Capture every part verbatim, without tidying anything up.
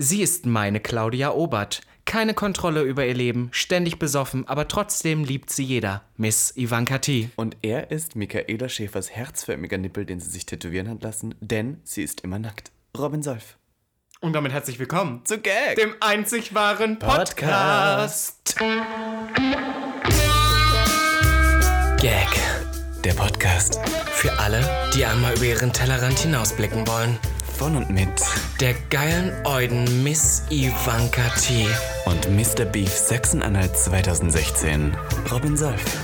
Sie ist meine Claudia Obert. Keine Kontrolle über ihr Leben, ständig besoffen, aber trotzdem liebt sie jeder. Miss Ivanka T. Und er ist Michaela Schäfers herzförmiger Nippel, den sie sich tätowieren hat lassen, denn sie ist immer nackt. Robin Solf. Und damit herzlich willkommen zu Gag, dem einzig wahren Podcast. Gag, der Podcast. Für alle, die einmal über ihren Tellerrand hinausblicken wollen. Von und mit der geilen Euden Miss Ivanka T. und Mister Beef Sachsen-Anhalt zwanzig sechzehn, Robin Solf.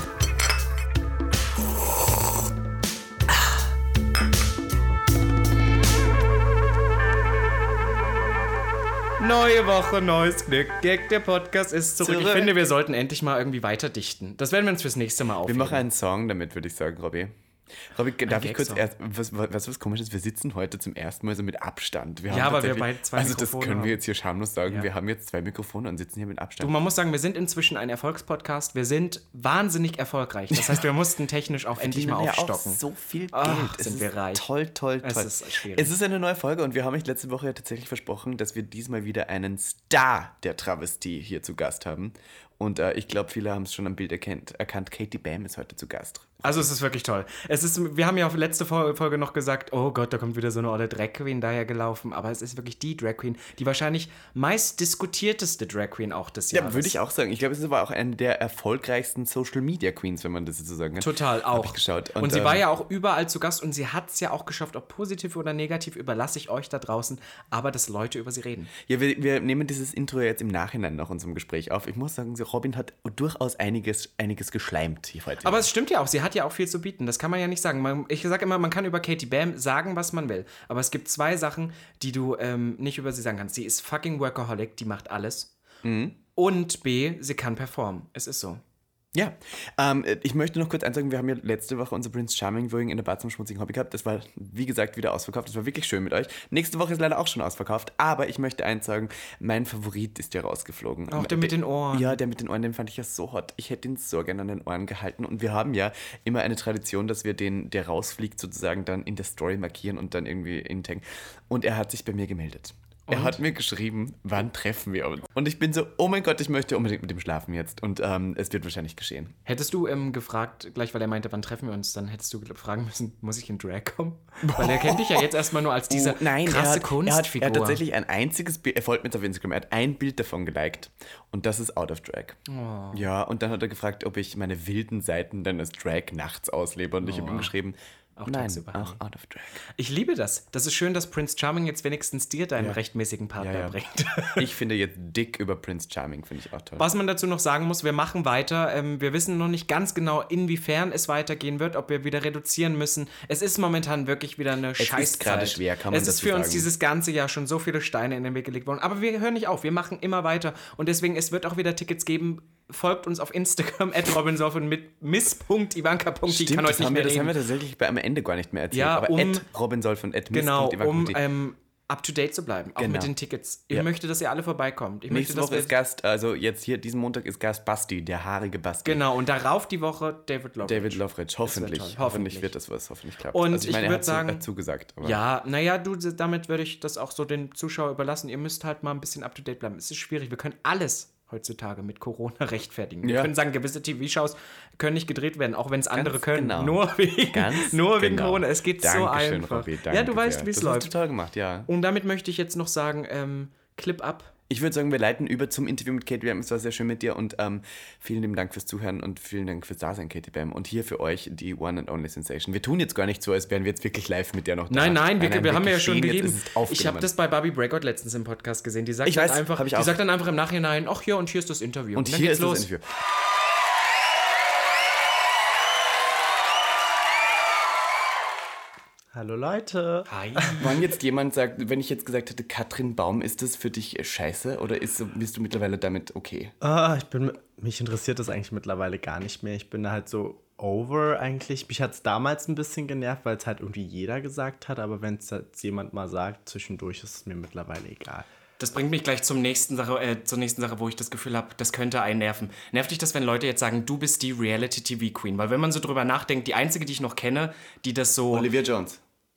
Neue Woche, neues Glück. Gag, der Podcast ist zurück. zurück. Ich finde, wir sollten endlich mal irgendwie weiter dichten. Das werden wir uns fürs nächste Mal aufheben. Wir machen einen Song damit, würde ich sagen, Robby. Robby, darf ich kurz erst, was, was, was komisch ist, wir sitzen heute zum ersten Mal so mit Abstand. Wir haben ja, aber wir beide zwei Also Mikrofone das können haben. wir jetzt hier schamlos sagen, ja. wir haben jetzt zwei Mikrofone und sitzen hier mit Abstand. Du, man muss sagen, wir sind inzwischen ein Erfolgspodcast, wir sind wahnsinnig erfolgreich. Das heißt, wir mussten technisch auch endlich mal ja aufstocken. Auch so viel Geld. Ach, es sind ist wir reich. Toll, toll, toll. Es ist schwierig. Es ist eine neue Folge und wir haben euch letzte Woche ja tatsächlich versprochen, dass wir diesmal wieder einen Star der Travestie hier zu Gast haben. Und äh, ich glaube, viele haben es schon am Bild erkannt. erkannt. Katie Bam ist heute zu Gast. Also es ist wirklich toll. Es ist, wir haben ja auf letzte Folge noch gesagt, oh Gott, da kommt wieder so eine olle Drag Queen daher gelaufen. Aber es ist wirklich die Drag Queen, die wahrscheinlich meist diskutierteste Drag Queen auch des Jahres. Ja, würde ich auch sagen. Ich glaube, es ist aber auch eine der erfolgreichsten Social Media Queens, wenn man das so sagen kann. Total, auch. Hab ich geschaut. Und, Und sie ähm, war ja auch überall zu Gast und sie hat es ja auch geschafft, ob positiv oder negativ, überlasse ich euch da draußen, aber dass Leute über sie reden. Ja, wir, wir nehmen dieses Intro jetzt im Nachhinein nach unserem Gespräch auf. Ich muss sagen, Robin hat durchaus einiges, einiges geschleimt hier heute. Aber es stimmt ja auch, sie hat ja auch viel zu bieten. Das kann man ja nicht sagen. Man, ich sage immer, man kann über Katie Bam sagen, was man will. Aber es gibt zwei Sachen, die du ähm, nicht über sie sagen kannst. Sie ist fucking Workaholic, die macht alles. Mhm. Und B, sie kann performen. Es ist so. Ja, ähm, ich möchte noch kurz eins sagen, wir haben ja letzte Woche unser Prince Charming Viewing in der Bar zum schmutzigen Hobby gehabt. Das war, wie gesagt, wieder ausverkauft. Das war wirklich schön mit euch. Nächste Woche ist leider auch schon ausverkauft. Aber ich möchte eins sagen, mein Favorit ist ja rausgeflogen. Auch der mit den Ohren. Ja, der mit den Ohren, den fand ich ja so hot. Ich hätte ihn so gerne an den Ohren gehalten. Und wir haben ja immer eine Tradition, dass wir den, der rausfliegt, sozusagen dann in der Story markieren und dann irgendwie intaggen. Und er hat sich bei mir gemeldet. Und? Er hat mir geschrieben, wann treffen wir uns? Und ich bin so, oh mein Gott, ich möchte unbedingt mit ihm schlafen jetzt. Und ähm, es wird wahrscheinlich geschehen. Hättest du ähm, gefragt, gleich weil er meinte, wann treffen wir uns, dann hättest du fragen müssen, muss ich in Drag kommen? Boah. Weil er kennt dich ja jetzt erstmal nur als diese oh, nein, krasse er hat, Kunstfigur. Er hat, er hat tatsächlich ein einziges Bild, er folgt mir jetzt auf Instagram, er hat ein Bild davon geliked. Und das ist out of drag. Oh. Ja, und dann hat er gefragt, ob ich meine wilden Seiten dann als Drag nachts auslebe. Und oh. ich habe ihm geschrieben, auch nein, auch out of drag. Ich liebe das. Das ist schön, dass Prince Charming jetzt wenigstens dir deinen ja. rechtmäßigen Partner ja, ja. bringt. Ich finde jetzt dick über Prince Charming, finde ich auch toll. Was man dazu noch sagen muss, wir machen weiter. Ähm, wir wissen noch nicht ganz genau, inwiefern es weitergehen wird, ob wir wieder reduzieren müssen. Es ist momentan wirklich wieder eine Scheißzeit. Es ist gerade schwer, kann man Es ist für sagen. uns dieses ganze Jahr schon so viele Steine in den Weg gelegt worden. Aber wir hören nicht auf, wir machen immer weiter. Und deswegen, es wird auch wieder Tickets geben. Folgt uns auf Instagram, at robinsolf und mit miss punkt ivanka punkt ich kann euch nicht mehr wir, reden. Das haben wir tatsächlich bei, am Ende gar nicht mehr erzählt. Ja, aber um, at robinsolf und at miss punkt ivanka punkt Genau, um ähm, up-to-date zu bleiben, auch genau. mit den Tickets. Ich ja. möchte, dass ihr alle vorbeikommt. Ich Nächste möchte, Woche ist Gast, also jetzt hier, diesen Montag ist Gast Basti, der haarige Basti. Genau, und darauf die Woche David Loveridge. David Loveridge, hoffentlich. Wird hoffentlich wird das was, hoffentlich klappt. Und also ich, ich meine, würde sagen, er hat zugesagt. Aber ja, naja, du, damit würde ich das auch so den Zuschauern überlassen. Ihr müsst halt mal ein bisschen up-to-date bleiben. Es ist schwierig, wir können alles heutzutage mit Corona rechtfertigen. Wir ja. können sagen, gewisse T V-Shows können nicht gedreht werden, auch wenn es andere Ganz können. Genau. Nur wegen, Ganz nur wegen genau. Corona. Es geht Dankeschön, so einfach. Robby, ja, du weißt, wie es läuft. Das hast du toll gemacht, ja. Und damit möchte ich jetzt noch sagen, ähm, Clip up. Ich würde sagen, wir leiten über zum Interview mit Katie Bam. Es war sehr schön mit dir und ähm, vielen lieben Dank fürs Zuhören und vielen Dank fürs Dasein, Katie Bam. Und hier für euch die One and Only Sensation. Wir tun jetzt gar nicht so, als wären wir jetzt wirklich live mit dir noch da. Nein, nein, wir, nein, nein, wir haben ja schon gegeben. Ich habe das bei Barbie Breakout letztens im Podcast gesehen. Die sagt, ich weiß, dann, einfach, ich die sagt dann einfach im Nachhinein, ach hier und hier ist das Interview. Und, und dann hier geht's ist los. das Interview. Hallo Leute. Hi. Wenn jetzt jemand sagt, wenn ich jetzt gesagt hätte, Katrin Baum, ist das für dich scheiße oder ist, bist du mittlerweile damit okay? Ah, ich bin, mich interessiert das eigentlich mittlerweile gar nicht mehr. Ich bin da halt so over eigentlich. Mich hat es damals ein bisschen genervt, weil es halt irgendwie jeder gesagt hat, aber wenn es jetzt jemand mal sagt, zwischendurch ist es mir mittlerweile egal. Das bringt mich gleich zum nächsten Sache, äh, zur nächsten Sache, wo ich das Gefühl habe, das könnte einen nerven. Nervt dich das, wenn Leute jetzt sagen, du bist die Reality-T V-Queen? Weil wenn man so drüber nachdenkt, die einzige, die ich noch kenne, die das so... Olivia Jones.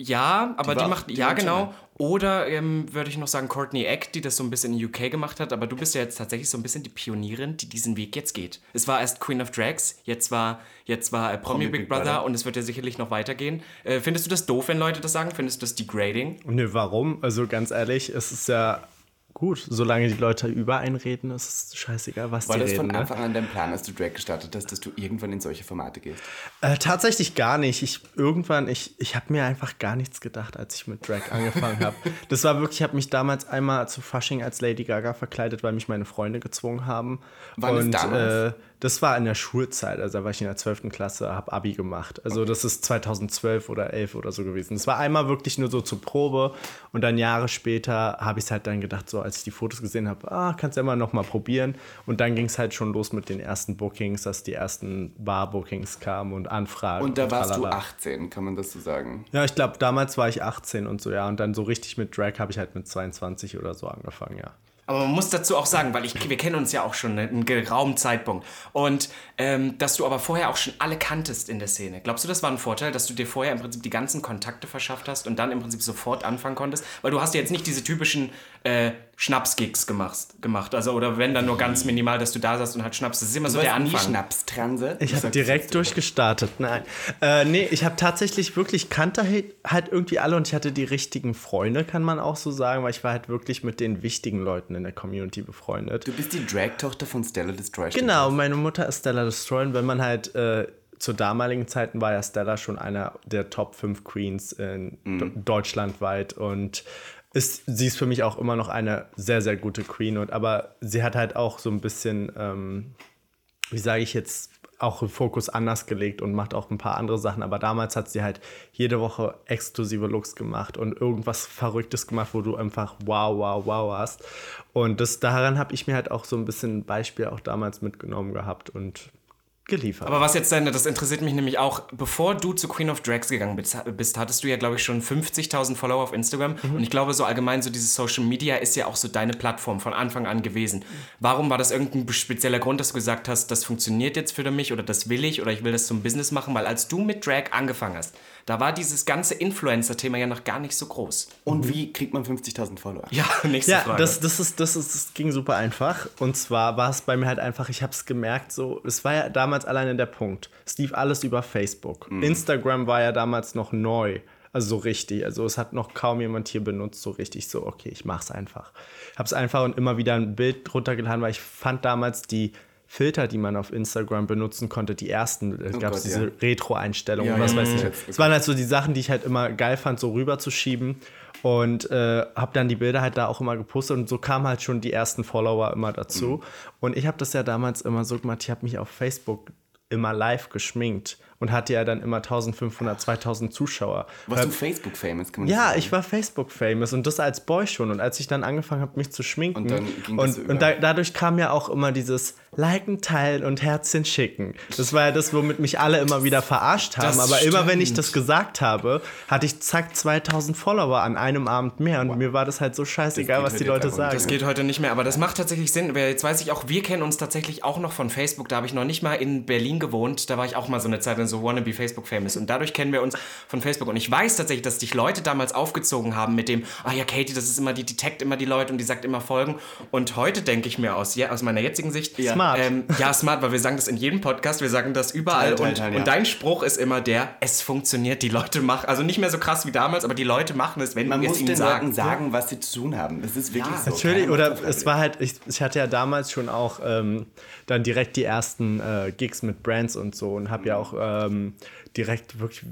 Ja, aber Die die, war- macht, die ja war genau. schon- Oder ähm, würde ich noch sagen Courtney Act, die das so ein bisschen in U K gemacht hat, aber du bist ja jetzt tatsächlich so ein bisschen die Pionierin, die diesen Weg jetzt geht. Es war erst Queen of Drags, jetzt war, jetzt war äh, Promi, Big, Brother, Brother. und es wird ja sicherlich noch weitergehen. Äh, findest du das doof, wenn Leute das sagen? Findest du das degrading? Nö, warum? Also ganz ehrlich, es ist ja gut, solange die Leute über einen reden, ist es scheißegal, was War die das reden. von Ne? Anfang an dein Plan, als du Drag gestartet hast, dass du irgendwann in solche Formate gehst? Äh, tatsächlich gar nicht. Ich irgendwann, ich, ich habe mir einfach gar nichts gedacht, als ich mit Drag angefangen habe. Das war wirklich, ich habe mich damals einmal zu Fasching als Lady Gaga verkleidet, weil mich meine Freunde gezwungen haben. Wann ist Und damals? Äh, das war in der Schulzeit, also da war ich in der zwölften Klasse, habe Abi gemacht. Also das ist zweitausendzwölf oder elf oder so gewesen. Das war einmal wirklich nur so zur Probe und dann Jahre später habe ich es halt dann gedacht, so als ich die Fotos gesehen habe, ah, kannst du ja mal noch mal probieren. Und dann ging es halt schon los mit den ersten Bookings, dass die ersten Bar-Bookings kamen und Anfragen. Und da warst du tralala. achtzehn, kann man das so sagen? Ja, ich glaube, damals war ich achtzehn und so, ja. Und dann so richtig mit Drag habe ich halt mit zweiundzwanzig oder so angefangen, ja. Aber man muss dazu auch sagen, weil ich, wir kennen uns ja auch schon einen geraumen Zeitpunkt. Und ähm, dass du aber vorher auch schon alle kanntest in der Szene. Glaubst du, das war ein Vorteil, dass du dir vorher im Prinzip die ganzen Kontakte verschafft hast und dann im Prinzip sofort anfangen konntest? Weil du hast ja jetzt nicht diese typischen äh, Schnaps-Gigs gemacht, gemacht. Also, oder wenn dann nur ganz minimal, dass du da saßt und halt Schnaps. Das ist immer so Du der warst nie Anfang. Schnapstranse? Ich Du habe sagst direkt es durchgestartet, nein. Äh, nee, ich habe tatsächlich wirklich, kannte halt- halt irgendwie alle und ich hatte die richtigen Freunde, kann man auch so sagen, weil ich war halt wirklich mit den wichtigen Leuten in der Community befreundet. Du bist die Drag-Tochter von Stella Destroy. Genau, meine Mutter ist Stella Destroy und wenn man halt, äh, zu damaligen Zeiten war ja Stella schon einer der Top fünf Queens in D- deutschlandweit und ist, sie ist für mich auch immer noch eine sehr, sehr gute Queen, und aber sie hat halt auch so ein bisschen, ähm, wie sage ich jetzt, auch den Fokus anders gelegt und macht auch ein paar andere Sachen. Aber damals hat sie halt jede Woche exklusive Looks gemacht und irgendwas Verrücktes gemacht, wo du einfach wow, wow, wow hast. Und das, daran habe ich mir halt auch so ein bisschen ein Beispiel auch damals mitgenommen gehabt und geliefert. Aber was jetzt deine, das interessiert mich nämlich auch, bevor du zu Queen of Drags gegangen bist, bist hattest du ja, glaube ich, schon fünfzigtausend Follower auf Instagram. Mhm. Und ich glaube, so allgemein, so dieses Social Media ist ja auch so deine Plattform von Anfang an gewesen. Warum war das irgendein spezieller Grund, dass du gesagt hast, das funktioniert jetzt für mich oder das will ich oder ich will das zum Business machen? Weil als du mit Drag angefangen hast, da war dieses ganze Influencer-Thema ja noch gar nicht so groß. Und wie kriegt man fünfzigtausend Follower? Ja, nächste Ja, Frage. das, das, ist, das, ist, das ging super einfach. Und zwar war es bei mir halt einfach, ich habe es gemerkt, so, es war ja damals alleine der Punkt. Es lief alles über Facebook. Mhm. Instagram war ja damals noch neu. Also so richtig. Also es hat noch kaum jemand hier benutzt, so richtig so, okay, ich mach's einfach. Hab's einfach und immer wieder ein Bild runtergeladen, weil ich fand damals die Filter, die man auf Instagram benutzen konnte, die ersten, es oh gab Gott, diese ja. Retro-Einstellungen, Ja, was ja, weiß ich. ja, Es waren halt so die Sachen, die ich halt immer geil fand, so rüber zu schieben. Und äh, habe dann die Bilder halt da auch immer gepostet und so kamen halt schon die ersten Follower immer dazu. Mhm. Und ich habe das ja damals immer so gemacht, ich habe mich auf Facebook immer live geschminkt und hatte ja dann immer eintausendfünfhundert, zweitausend Zuschauer. Warst du Facebook-famous? Kann man Ja, sagen? ich war Facebook-famous und das als Boy schon. Und als ich dann angefangen habe, mich zu schminken, Und dann ging und, das so über. und da, dadurch kam ja auch immer dieses Liken, Teilen und Herzchen schicken. Das war ja das, womit mich alle immer wieder verarscht haben. Das Aber stimmt. immer wenn ich das gesagt habe, hatte ich zack zweitausend Follower an einem Abend mehr. Und wow. mir war das halt so scheißegal, Das was die geht heute Leute darum. sagen. Das geht heute nicht mehr, aber das macht tatsächlich Sinn. Jetzt weiß ich auch, wir kennen uns tatsächlich auch noch von Facebook. Da habe ich noch nicht mal in Berlin gewohnt. Da war ich auch mal so eine Zeit lang so wannabe Facebook-famous. Und dadurch kennen wir uns von Facebook. Und ich weiß tatsächlich, dass dich Leute damals aufgezogen haben mit dem, ah ja, Katie, das ist immer die, die taggt immer die Leute und die sagt immer Folgen. Und heute denke ich mir aus, ja, aus meiner jetzigen Sicht, Ja. Smart. Ähm, ja, smart, weil wir sagen das in jedem Podcast, wir sagen das überall. Teil, teil, und, teil, ja. und dein Spruch ist immer der, es funktioniert, die Leute machen, also nicht mehr so krass wie damals, aber die Leute machen es, wenn Man du muss es ihnen den sagst. Leuten sagen, was sie zu tun haben. Das ist wirklich Ja, so. Natürlich, Keiner oder macht das es war halt, ich, ich hatte ja damals schon auch ähm, dann direkt die ersten äh, Gigs mit Brands und so und habe ja auch ähm, direkt wirklich,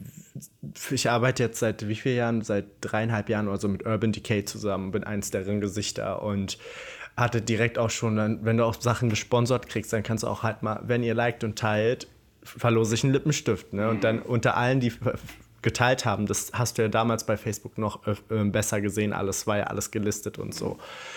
ich arbeite jetzt seit wie vielen Jahren? Seit dreieinhalb Jahren oder so mit Urban Decay zusammen, bin eins deren Gesichter und hatte direkt auch schon, dann, wenn du auch Sachen gesponsert kriegst, dann kannst du auch halt mal, wenn ihr liked und teilt, verlose ich einen Lippenstift. Ne? Und dann unter allen, die geteilt haben, das hast du ja damals bei Facebook noch äh, besser gesehen, alles war ja alles gelistet und so.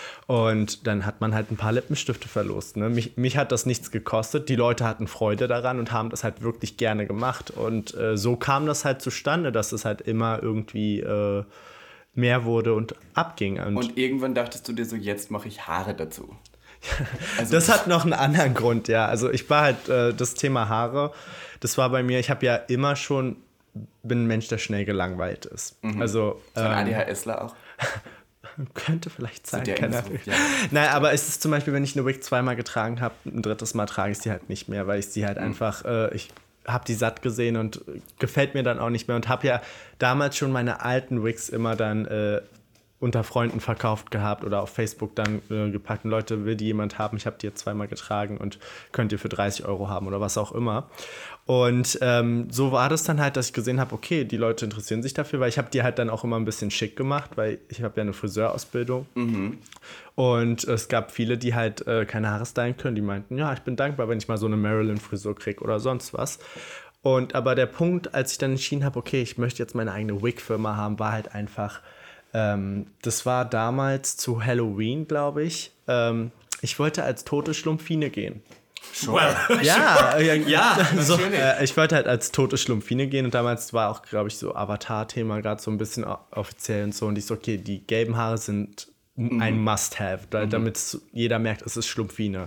Und dann hat man halt ein paar Lippenstifte verlost. Ne? Mich, mich hat das nichts gekostet. Die Leute hatten Freude daran und haben das halt wirklich gerne gemacht. Und äh, so kam das halt zustande, dass es halt immer irgendwie äh, mehr wurde und abging. Und, Und irgendwann dachtest du dir so, jetzt mache ich Haare dazu. Also das hat noch einen anderen Grund, ja. Also ich war halt, äh, das Thema Haare, das war bei mir, ich habe ja immer schon bin ein Mensch, der schnell gelangweilt ist. Mhm. Also, so ein ähm, ADHSler auch? Könnte vielleicht sein. Keine Ahnung. Ja. Nein, aber es ist zum Beispiel, wenn ich eine Wig zweimal getragen habe, ein drittes Mal trage ich sie halt nicht mehr, weil ich sie halt mhm. einfach, äh, ich habe die satt gesehen und gefällt mir dann auch nicht mehr und habe ja damals schon meine alten Wigs immer dann äh, unter Freunden verkauft gehabt oder auf Facebook dann äh, gepackt. Und Leute, will die jemand haben? Ich habe die jetzt zweimal getragen und könnt ihr für dreißig Euro haben oder was auch immer. Und ähm, so war das dann halt, dass ich gesehen habe, okay, die Leute interessieren sich dafür, weil ich habe die halt dann auch immer ein bisschen schick gemacht, weil ich habe ja eine Friseurausbildung. Mhm. Und es gab viele, die halt äh, keine Haare stylen können, die meinten, ja, ich bin dankbar, wenn ich mal so eine Marilyn-Frisur kriege oder sonst was. Und aber der Punkt, als ich dann entschieden habe, okay, ich möchte jetzt meine eigene Wig-Firma haben, war halt einfach, ähm, das war damals zu Halloween, glaube ich. Ähm, ich wollte als tote Schlumpfine gehen. Sure. Well, ja, sure. ja, ja so, äh, ich wollte halt als tote Schlumpfine gehen und damals war auch, glaube ich, so Avatar-Thema gerade so ein bisschen offiziell und so und ich so, okay, die gelben Haare sind mhm. ein Must-Have, da, mhm. damit jeder merkt, es ist Schlumpfine.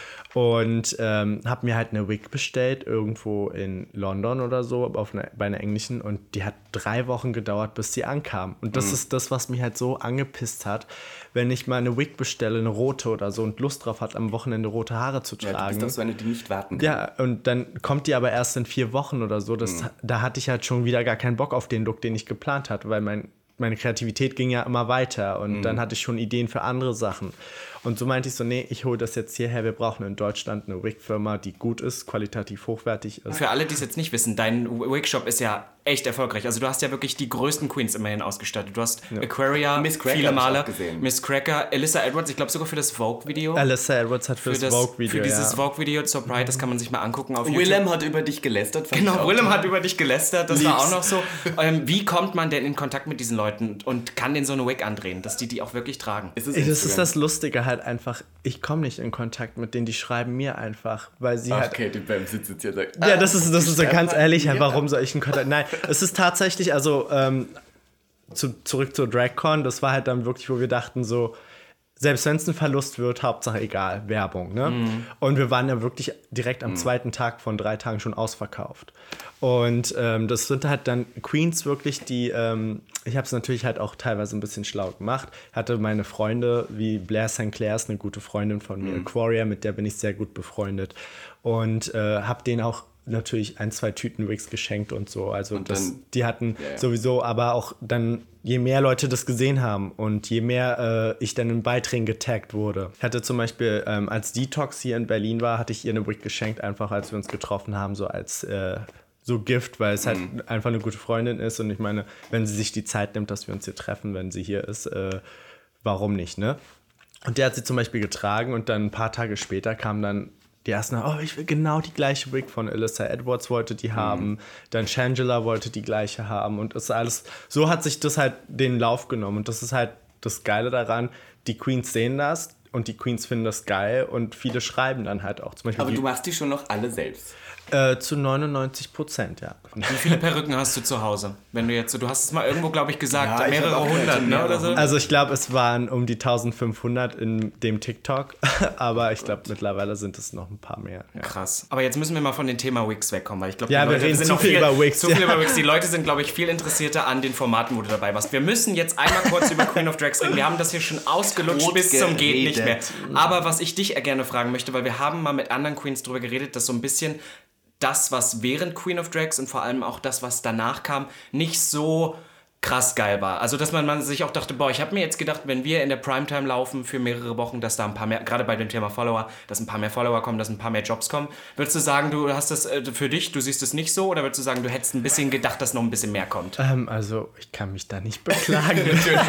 Und ähm, habe mir halt eine Wig bestellt, irgendwo in London oder so, auf eine, bei einer englischen. Und die hat drei Wochen gedauert, bis sie ankam. Und das mhm. ist das, was mich halt so angepisst hat, wenn ich mal eine Wig bestelle, eine rote oder so, und Lust drauf hat, am Wochenende rote Haare zu tragen. Ja, du bist doch so eine, die nicht warten kann. Ja, und dann kommt die aber erst in vier Wochen oder so. Das, mhm. Da hatte ich halt schon wieder gar keinen Bock auf den Look, den ich geplant hatte, weil mein meine Kreativität ging ja immer weiter und mhm. dann hatte ich schon Ideen für andere Sachen. Und so meinte ich so, nee, ich hole das jetzt hierher, wir brauchen in Deutschland eine Wig-Firma, die gut ist, qualitativ hochwertig ist. Für alle, die es jetzt nicht wissen, dein Wig-Shop ist ja echt erfolgreich. Also du hast ja wirklich die größten Queens immerhin ausgestattet. Du hast ja. Aquaria, Miss Cracker, viele Male, Miss Cracker, Alyssa Edwards, ich glaube sogar für das Vogue-Video. Alyssa Edwards hat für, für das Vogue-Video, Für dieses ja. Vogue-Video zur Pride, das kann man sich mal angucken auf YouTube. Willem hat über dich gelästert. Genau, Willem hat über dich gelästert, das Lieb's. War auch noch so. Ähm, wie kommt man denn in Kontakt mit diesen Leuten und kann denen so eine Wig andrehen, dass die die auch wirklich tragen? Ist das ist das Lustige halt einfach, ich komme nicht in Kontakt mit denen, die schreiben mir einfach, weil sie Ach, halt... Okay, die Bam sitzt jetzt hier und sagt... Ja, das ist, das ist so ganz ehrlich, ja. Warum soll ich in Kontakt... Nein, es ist tatsächlich, also ähm, zu, zurück zur DragCon, das war halt dann wirklich, wo wir dachten so, selbst wenn es ein Verlust wird, Hauptsache egal, Werbung, ne? Mhm. Und wir waren ja wirklich direkt am mhm. zweiten Tag von drei Tagen schon ausverkauft. Und ähm, das sind halt dann Queens wirklich, die, ähm, ich habe es natürlich halt auch teilweise ein bisschen schlau gemacht, hatte meine Freunde, wie Blair Sinclair ist eine gute Freundin von mir, mhm. Aquaria, mit der bin ich sehr gut befreundet und äh, habe denen auch natürlich ein, zwei Tüten Wigs geschenkt und so. Also und das, dann, die hatten yeah. sowieso, aber auch dann, je mehr Leute das gesehen haben und je mehr äh, ich dann in Beiträgen getaggt wurde. Ich hatte zum Beispiel, ähm, als Detox hier in Berlin war, hatte ich ihr eine Wig geschenkt, einfach als wir uns getroffen haben, so als äh, so Gift, weil es halt mhm. einfach eine gute Freundin ist und ich meine, wenn sie sich die Zeit nimmt, dass wir uns hier treffen, wenn sie hier ist, äh, warum nicht, ne? Und der hat sie zum Beispiel getragen und dann ein paar Tage später kam dann die ersten, oh, ich will genau die gleiche Wig von Alyssa Edwards wollte die haben, mhm. dann Shangela wollte die gleiche haben und das alles, so hat sich das halt den Lauf genommen und das ist halt das Geile daran, die Queens sehen das und die Queens finden das geil und viele schreiben dann halt auch. Zum Beispiel Aber die, du machst die schon noch alle selbst? Äh, zu neunundneunzig Prozent, ja. Wie viele Perücken hast du zu Hause? Wenn du jetzt so, du hast es mal irgendwo, glaube ich, gesagt, ja, mehrere hundert, ne, oder so? Also ich glaube, es waren um die eintausendfünfhundert in dem TikTok, aber ich glaube, mittlerweile sind es noch ein paar mehr. Ja. Krass. Aber jetzt müssen wir mal von dem Thema Wigs wegkommen, weil ich glaube, ja, wir Leute reden sind zu viel, viel über Wigs. Zu viel über Wigs. Die Leute sind, glaube ich, viel interessierter an den Formaten, wo du dabei warst. Wir müssen jetzt einmal kurz über Queen of Drags reden. Wir haben das hier schon ausgelutscht bis zum geht nicht mehr. Aber was ich dich gerne fragen möchte, weil wir haben mal mit anderen Queens drüber geredet, dass so ein bisschen das, was während Queen of Drags und vor allem auch das, was danach kam, nicht so krass geil war. Also, dass man, man sich auch dachte, boah, ich habe mir jetzt gedacht, wenn wir in der Primetime laufen für mehrere Wochen, dass da ein paar mehr, gerade bei dem Thema Follower, dass ein paar mehr Follower kommen, dass ein paar mehr Jobs kommen. Würdest du sagen, du hast das äh, für dich, du siehst es nicht so, oder würdest du sagen, du hättest ein bisschen gedacht, dass noch ein bisschen mehr kommt? Ähm, also, ich kann mich da nicht beklagen.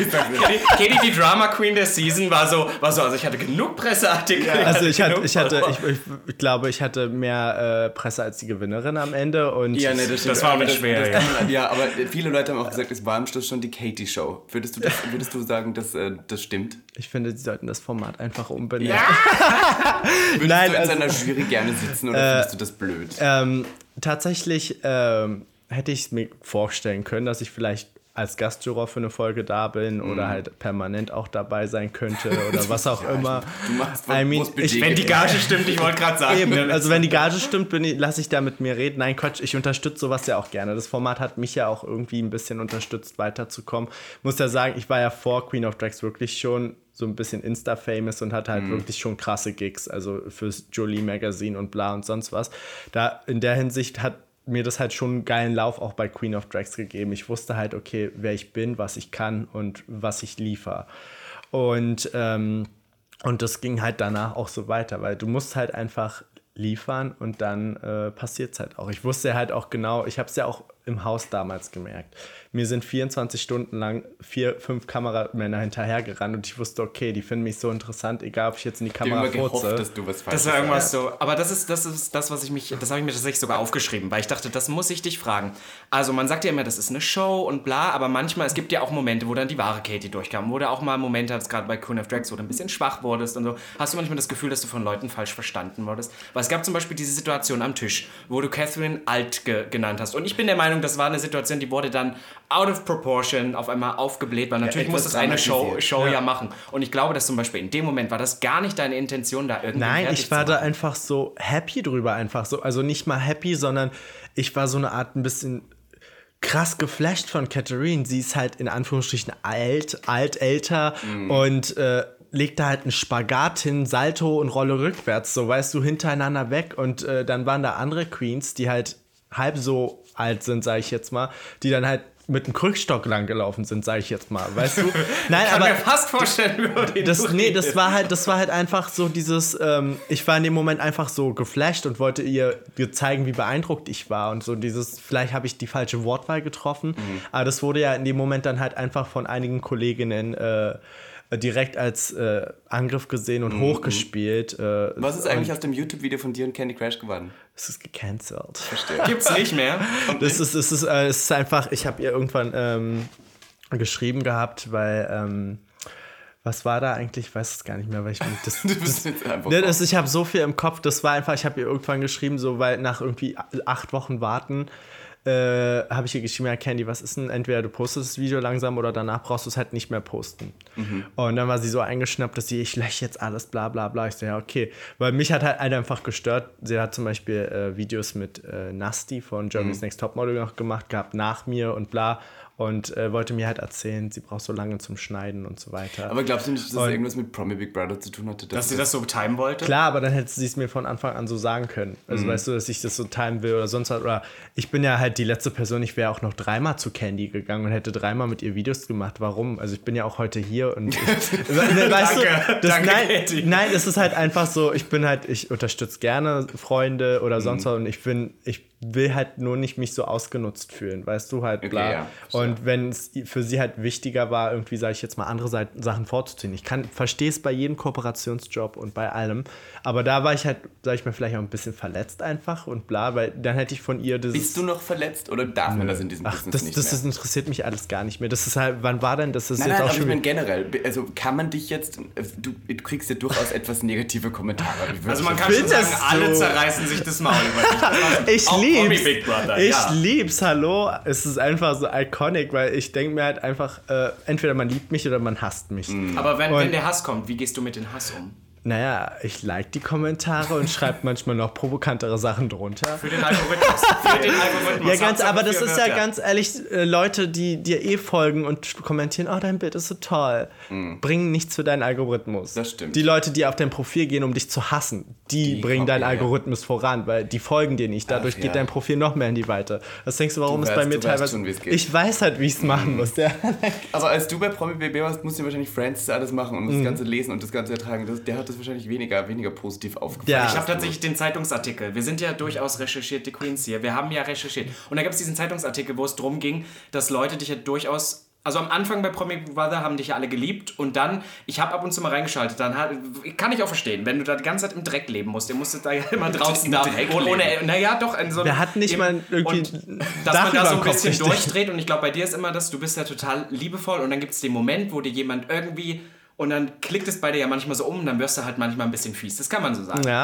Katie, die Drama Queen der Season, war so, war so, also ich hatte genug Presseartikel. Ja. Also, ich hatte, ich, hatte ich, ich, ich glaube, ich hatte mehr äh, Presse als die Gewinnerin am Ende. Und ja, nee, das, das war aber schwer. Das, das, ja. ja, aber viele Leute haben auch gesagt, es war am Schluss schon die Katie Show. Würdest du, das, würdest du sagen, dass äh, das stimmt? Ich finde, sie sollten das Format einfach umbenennen. Ja! Würdest Nein, du in also, seiner Jury gerne sitzen oder äh, findest du das blöd? Ähm, tatsächlich ähm, hätte ich es mir vorstellen können, dass ich vielleicht als Gastjuror für eine Folge da bin mm. oder halt permanent auch dabei sein könnte oder was auch ja, immer. Du machst I mean, ich, wenn die Gage stimmt, ich wollte gerade sagen. Eben, also wenn die Gage stimmt, lasse ich da mit mir reden. Nein, Quatsch, ich unterstütze sowas ja auch gerne. Das Format hat mich ja auch irgendwie ein bisschen unterstützt, weiterzukommen. Muss ja sagen, ich war ja vor Queen of Drags wirklich schon so ein bisschen Insta-famous und hatte halt mm. wirklich schon krasse Gigs, also fürs Jolie Magazine und bla und sonst was. Da in der Hinsicht hat mir das halt schon einen geilen Lauf auch bei Queen of Drags gegeben. Ich wusste halt, okay, wer ich bin, was ich kann und was ich liefere. Und, ähm, und das ging halt danach auch so weiter, weil du musst halt einfach liefern und dann äh, passiert es halt auch. Ich wusste halt auch genau, ich habe es ja auch im Haus damals gemerkt. Mir sind vierundzwanzig Stunden lang vier, fünf Kameramänner hinterhergerannt und ich wusste, okay, die finden mich so interessant, egal ob ich jetzt in die Kamera furze. dass du was falsch Das war irgendwas so. Aber das ist, das ist das, was ich mich, das habe ich mir tatsächlich sogar aufgeschrieben, weil ich dachte, das muss ich dich fragen. Also man sagt ja immer, das ist eine Show und bla, aber manchmal, es gibt ja auch Momente, wo dann die wahre Katie durchkam, wo du auch mal Momente hattest, gerade bei Queen of Drags, wo du ein bisschen schwach wurdest und so. Hast du manchmal das Gefühl, dass du von Leuten falsch verstanden wurdest? Weil es gab zum Beispiel diese Situation am Tisch, wo du Catherine alt ge- genannt hast. Und ich bin der Meinung, das war eine Situation, die wurde dann out of proportion auf einmal aufgebläht, weil natürlich ja, muss das eine Show, Show ja. ja machen. Und ich glaube, dass zum Beispiel in dem Moment war das gar nicht deine Intention, da irgendwie Nein, ich war da einfach so happy drüber, einfach so. Also nicht mal happy, sondern ich war so eine Art ein bisschen krass geflasht von Catherine. Sie ist halt in Anführungsstrichen alt, alt, älter mm. und äh, legt da halt einen Spagat hin, Salto und Rolle rückwärts, so weißt du, hintereinander weg. Und äh, dann waren da andere Queens, die halt halb so alt sind, sag ich jetzt mal, die dann halt mit einem Krückstock lang gelaufen sind, sag ich jetzt mal, weißt du? Nein, ich kann aber mir fast vorstellen, über den das, nee, das war halt, das war halt einfach so dieses, ähm, ich war in dem Moment einfach so geflasht und wollte ihr, ihr zeigen, wie beeindruckt ich war und so dieses, vielleicht habe ich die falsche Wortwahl getroffen, mhm. aber das wurde ja in dem Moment dann halt einfach von einigen Kolleginnen äh, direkt als äh, Angriff gesehen und mhm. hochgespielt. Äh, Was ist eigentlich aus dem YouTube-Video von dir und Candy Crash geworden? Es ist gecancelt. Verstehe. Gibt's nicht mehr? Das ist, es ist, äh, es ist einfach, ich habe ihr irgendwann ähm, geschrieben gehabt, weil, ähm, was war da eigentlich? Ich weiß es gar nicht mehr, weil ich das, du bist jetzt einfach das, das, ich habe so viel im Kopf, das war einfach, ich habe ihr irgendwann geschrieben, so, weil nach irgendwie acht Wochen warten, Äh, habe ich ihr geschrieben, ja, Candy, was ist denn? Entweder du postest das Video langsam oder danach brauchst du es halt nicht mehr posten. Mhm. Und dann war sie so eingeschnappt, dass sie, ich lösche jetzt alles, bla bla bla. Ich so, ja, okay. Weil mich hat halt einfach gestört. Sie hat zum Beispiel äh, Videos mit äh, Nasty von Germany's mhm. Next Topmodel noch gemacht gehabt, nach mir und bla. Und äh, wollte mir halt erzählen, sie braucht so lange zum Schneiden und so weiter. Aber glaubst du nicht, dass das irgendwas mit Promi Big Brother zu tun hatte? Dass, dass sie das so timen wollte? Klar, aber dann hätte sie es mir von Anfang an so sagen können. Also mhm. weißt du, dass ich das so timen will oder sonst was. Oder ich bin ja halt die letzte Person, ich wäre auch noch dreimal zu Candy gegangen und hätte dreimal mit ihr Videos gemacht. Warum? Also ich bin ja auch heute hier und ich, weißt danke, du, das, danke, nein, Katie. nein, es ist halt einfach so, ich bin halt, ich unterstütze gerne Freunde oder sonst mhm. was und ich bin, ich will halt nur nicht mich so ausgenutzt fühlen, weißt du, halt bla. Okay, ja, und wenn es für sie halt wichtiger war, irgendwie, sage ich jetzt mal, andere Seiten, Sachen vorzuziehen. Ich kann, verstehe es bei jedem Kooperationsjob und bei allem, aber da war ich halt, sage ich mal, vielleicht auch ein bisschen verletzt einfach und bla, weil dann hätte ich von ihr das... Bist du noch verletzt oder darf man das in diesem Ach, Business das, nicht das, mehr? Das interessiert mich alles gar nicht mehr. Das ist halt, wann war denn das? Ist nein, jetzt nein, auch aber schon ich meine generell, also kann man dich jetzt, du, du kriegst ja durchaus etwas negative Kommentare. Also man kann schon sagen, alle zerreißen sich das Maul über dich. Ich lieb's. Big Brother, ich ja. lieb's, hallo. Es ist einfach so iconic, weil ich denke mir halt einfach, äh, entweder man liebt mich oder man hasst mich. Mhm. Aber wenn, wenn der Hass kommt, wie gehst du mit dem Hass um? Naja, ich like die Kommentare und schreibe manchmal noch provokantere Sachen drunter. Für den Algorithmus. Für den Algorithmus. Ja, ganz, aber das ist ja, ja ganz ehrlich, äh, Leute, die dir eh folgen und kommentieren, oh, dein Bild ist so toll, mhm. bringen nichts für deinen Algorithmus. Das stimmt. Die Leute, die auf dein Profil gehen, um dich zu hassen, die, die bringen deinen Algorithmus ja. voran, weil die folgen dir nicht. Dadurch Ach, geht ja. dein Profil noch mehr in die Weite. Was denkst du, warum du es bei mir teilweise... Schon, ich weiß halt, wie ich es mhm. machen muss. Ja. Aber als du bei Promi B B warst, musst du wahrscheinlich Friends alles machen und das mhm. Ganze lesen und das Ganze ertragen. Das, der hat das wahrscheinlich weniger, weniger positiv aufgefallen. Ja. Ich habe tatsächlich den Zeitungsartikel. Wir sind ja durchaus recherchierte Queens hier. Wir haben ja recherchiert. Und da gab es diesen Zeitungsartikel, wo es darum ging, dass Leute dich ja durchaus... Also am Anfang bei Promi Big Brother haben dich ja alle geliebt und dann, ich habe ab und zu mal reingeschaltet, dann hat, kann ich auch verstehen, wenn du da die ganze Zeit im Dreck leben musst, ihr musstet da ja immer draußen da, ohne, ohne, naja doch, in so Wir hatten nicht im, mal irgendwie und, dass man da so ein bisschen richtig. durchdreht und ich glaube, bei dir ist immer das, du bist ja total liebevoll und dann gibt es den Moment, wo dir jemand irgendwie, und dann klickt es bei dir ja manchmal so um und dann wirst du halt manchmal ein bisschen fies, das kann man so sagen. Ja.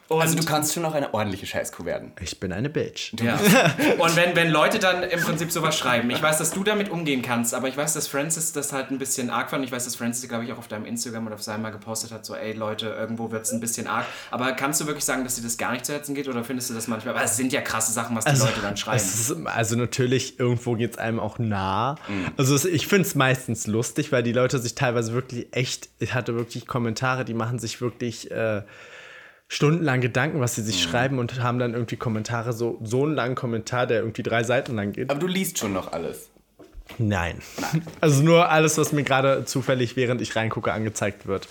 Und also du kannst schon auch eine ordentliche Scheißkuh werden. Ich bin eine Bitch. Ja. Und wenn, wenn Leute dann im Prinzip sowas schreiben, ich weiß, dass du damit umgehen kannst, aber ich weiß, dass Francis das halt ein bisschen arg fand. Ich weiß, dass Francis, glaube ich, auch auf deinem Instagram oder auf seinem mal gepostet hat, so, ey Leute, irgendwo wird es ein bisschen arg. Aber kannst du wirklich sagen, dass dir das gar nicht zu Herzen geht oder findest du das manchmal? Aber es sind ja krasse Sachen, was die Also, Leute dann schreiben. es ist, also natürlich, irgendwo geht es einem auch nah. Mhm. Also es, ich finde es meistens lustig, weil die Leute sich teilweise wirklich echt, ich hatte wirklich Kommentare, die machen sich wirklich äh, stundenlang Gedanken, was sie sich mhm. schreiben und haben dann irgendwie Kommentare, so, so einen langen Kommentar, der irgendwie drei Seiten lang geht. Aber du liest schon noch alles. Nein. Nein. Also nur alles, was mir gerade zufällig, während ich reingucke, angezeigt wird.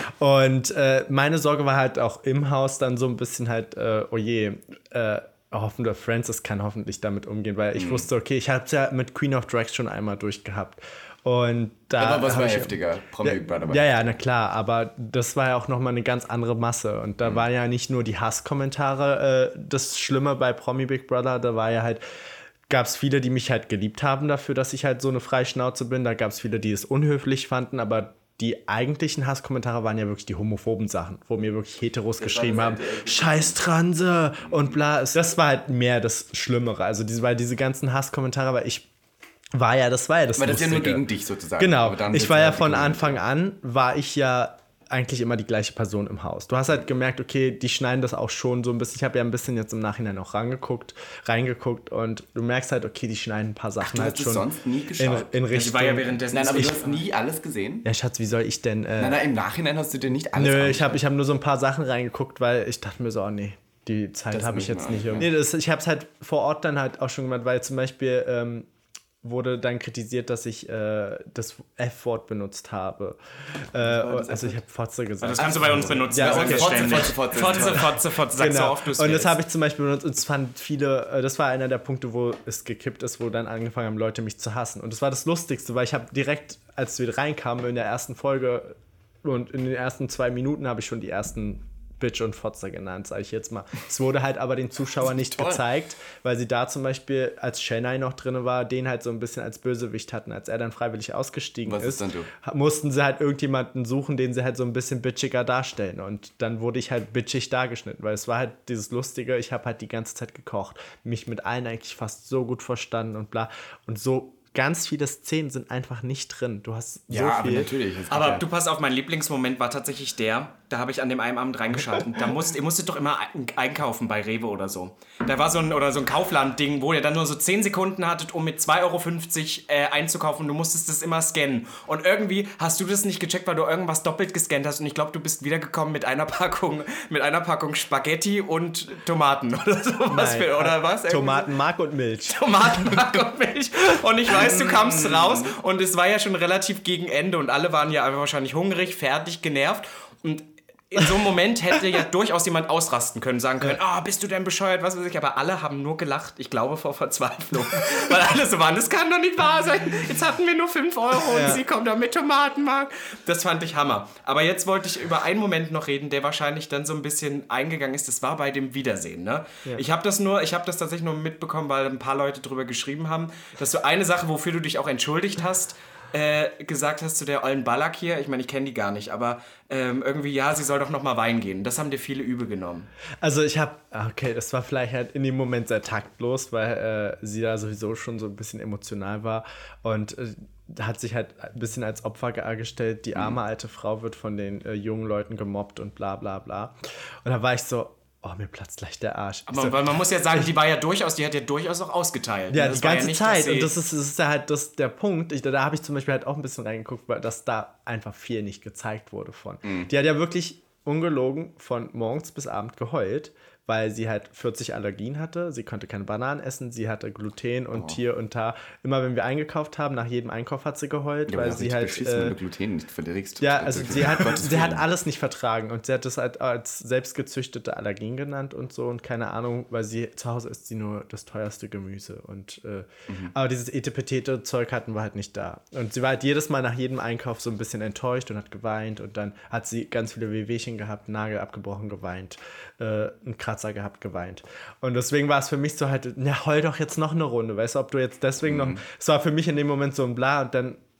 Und äh, meine Sorge war halt auch im Haus dann so ein bisschen halt, äh, oh je, äh, hoffentlich Francis kann hoffentlich damit umgehen, weil ich mhm. wusste, okay, ich habe es ja mit Queen of Drags schon einmal durchgehabt. Und da aber was war ich, heftiger? Promi Big Brother. Ja, ja, na klar, aber das war ja auch nochmal eine ganz andere Masse. Und da mhm. war ja nicht nur die Hasskommentare äh, das Schlimme bei Promi Big Brother, da war ja halt, gab es viele, die mich halt geliebt haben dafür, dass ich halt so eine Freischnauze bin. Da gab es viele, die es unhöflich fanden, aber die eigentlichen Hasskommentare waren ja wirklich die homophoben Sachen, wo mir wirklich Heteros das geschrieben haben, scheiß Transe und bla. Das war halt mehr das Schlimmere. Also diese, weil diese ganzen Hasskommentare, weil ich war ja, das war ja das Weil das Lustige. ja nur gegen dich sozusagen. Genau, ich war ja von Anfang an, war ich ja eigentlich immer die gleiche Person im Haus. Du hast halt gemerkt, okay, die schneiden das auch schon so ein bisschen. Ich habe ja ein bisschen jetzt im Nachhinein auch rangeguckt, reingeguckt und du merkst halt, okay, die schneiden ein paar Sachen. Ach, du halt hast schon sonst nie geschaut. In, in Richtung, war ja währenddessen. Nein, aber du hast nie alles gesehen? Ja, Schatz, wie soll ich denn... Äh, nein, nein, im Nachhinein hast du dir nicht alles Nö, angeschaut. ich habe ich hab nur so ein paar Sachen reingeguckt, weil ich dachte mir so, oh nee, die Zeit habe ich jetzt nicht. Ja. Nee, das, ich habe es halt vor Ort dann halt auch schon gemacht, weil zum Beispiel... Ähm, wurde dann kritisiert, dass ich äh, das F-Wort benutzt habe. Äh, also ich habe Fotze gesagt. Das kannst du bei uns benutzen. Ja, okay. Fotze, Fotze, Fotze, Fotze, Fotze, Fotze. Sagst genau. du oft, du es Und das habe ich zum Beispiel benutzt und es fanden viele, äh, das war einer der Punkte, wo es gekippt ist, wo dann angefangen haben, Leute mich zu hassen. Und das war das Lustigste, weil ich habe direkt, als wir reinkamen in der ersten Folge und in den ersten zwei Minuten habe ich schon die ersten Bitch und Fotze genannt, sage ich jetzt mal. Es wurde halt aber den Zuschauern nicht toll. gezeigt, weil sie da zum Beispiel, als Chennai noch drin war, den halt so ein bisschen als Bösewicht hatten. Als er dann freiwillig ausgestiegen Was ist, ist dann du? mussten sie halt irgendjemanden suchen, den sie halt so ein bisschen bitchiger darstellen. Und dann wurde ich halt bitchig dargeschnitten, weil es war halt dieses Lustige, ich habe halt die ganze Zeit gekocht, mich mit allen eigentlich fast so gut verstanden und bla. Und so ganz viele Szenen sind einfach nicht drin. Du hast so ja, viel. Aber natürlich. Aber ja. du pass auf, mein Lieblingsmoment war tatsächlich der, da habe ich an dem einen Abend reingeschaltet. Da musst, ihr musstet doch immer einkaufen bei Rewe oder so. Da war so ein, oder so ein Kaufland-Ding, wo ihr dann nur so zehn Sekunden hattet, um mit zwei Euro fünfzig äh, einzukaufen. Du musstest das immer scannen. Und irgendwie hast du das nicht gecheckt, weil du irgendwas doppelt gescannt hast. Und ich glaube, du bist wiedergekommen mit einer Packung, mit einer Packung Spaghetti und Tomaten oder so. Was für, oder was? Tomatenmark und Milch. Tomatenmark und Milch. Und ich weiß, du kamst raus und es war ja schon relativ gegen Ende und alle waren ja einfach wahrscheinlich hungrig, fertig, genervt. Und in so einem Moment hätte ja durchaus jemand ausrasten können, sagen können, ah, oh, bist du denn bescheuert, was weiß ich, aber alle haben nur gelacht, ich glaube vor Verzweiflung, weil alle so waren, das kann doch nicht wahr sein, jetzt hatten wir nur fünf Euro und ja. sie kommt da mit Tomatenmark. Das fand ich Hammer. Aber jetzt wollte ich über einen Moment noch reden, der wahrscheinlich dann so ein bisschen eingegangen ist, das war bei dem Wiedersehen, ne? Ja. Ich habe das nur, ich habe das tatsächlich nur mitbekommen, weil ein paar Leute drüber geschrieben haben, dass du eine Sache, wofür du dich auch entschuldigt hast, Äh, gesagt hast zu der ollen Ballack hier, ich meine, ich kenne die gar nicht, aber ähm, irgendwie, ja, sie soll doch noch mal Wein gehen. Das haben dir viele übel genommen. Also ich habe, okay, das war vielleicht halt in dem Moment sehr taktlos, weil äh, sie da sowieso schon so ein bisschen emotional war und äh, hat sich halt ein bisschen als Opfer dargestellt. Die arme alte Frau wird von den äh, jungen Leuten gemobbt und bla bla bla. Und da war ich so, oh, mir platzt gleich der Arsch. Aber so, weil man muss ja sagen, die war ja durchaus, die hat ja durchaus auch ausgeteilt. Ja, das die ganze ja nicht, Zeit. Und das ist, das ist ja halt das, der Punkt. Ich, da da habe ich zum Beispiel halt auch ein bisschen reingeguckt, weil das da einfach viel nicht gezeigt wurde von. Mhm. Die hat ja wirklich ungelogen von morgens bis abend geheult, weil sie halt vierzig Allergien hatte. Sie konnte keine Bananen essen, sie hatte Gluten und oh. hier und da. Immer wenn wir eingekauft haben, nach jedem Einkauf hat sie geheult, ja, weil sie halt... Beschissen, äh, wenn du Gluten nicht verträgst. Ja, also sie hat, sie hat alles nicht vertragen und sie hat das halt als selbstgezüchtete Allergien genannt und so und keine Ahnung, weil sie zu Hause isst sie nur das teuerste Gemüse und äh, mhm. aber dieses Etepetete-Zeug hatten wir halt nicht da. Und sie war halt jedes Mal nach jedem Einkauf so ein bisschen enttäuscht und hat geweint und dann hat sie ganz viele Wehwehchen gehabt, Nagel abgebrochen, geweint, äh, einen Kratzer gehabt, geweint. Und deswegen war es für mich so halt, na, heul doch jetzt noch eine Runde, weißt du, ob du jetzt deswegen mhm. noch, es war für mich in dem Moment so ein Bla und dann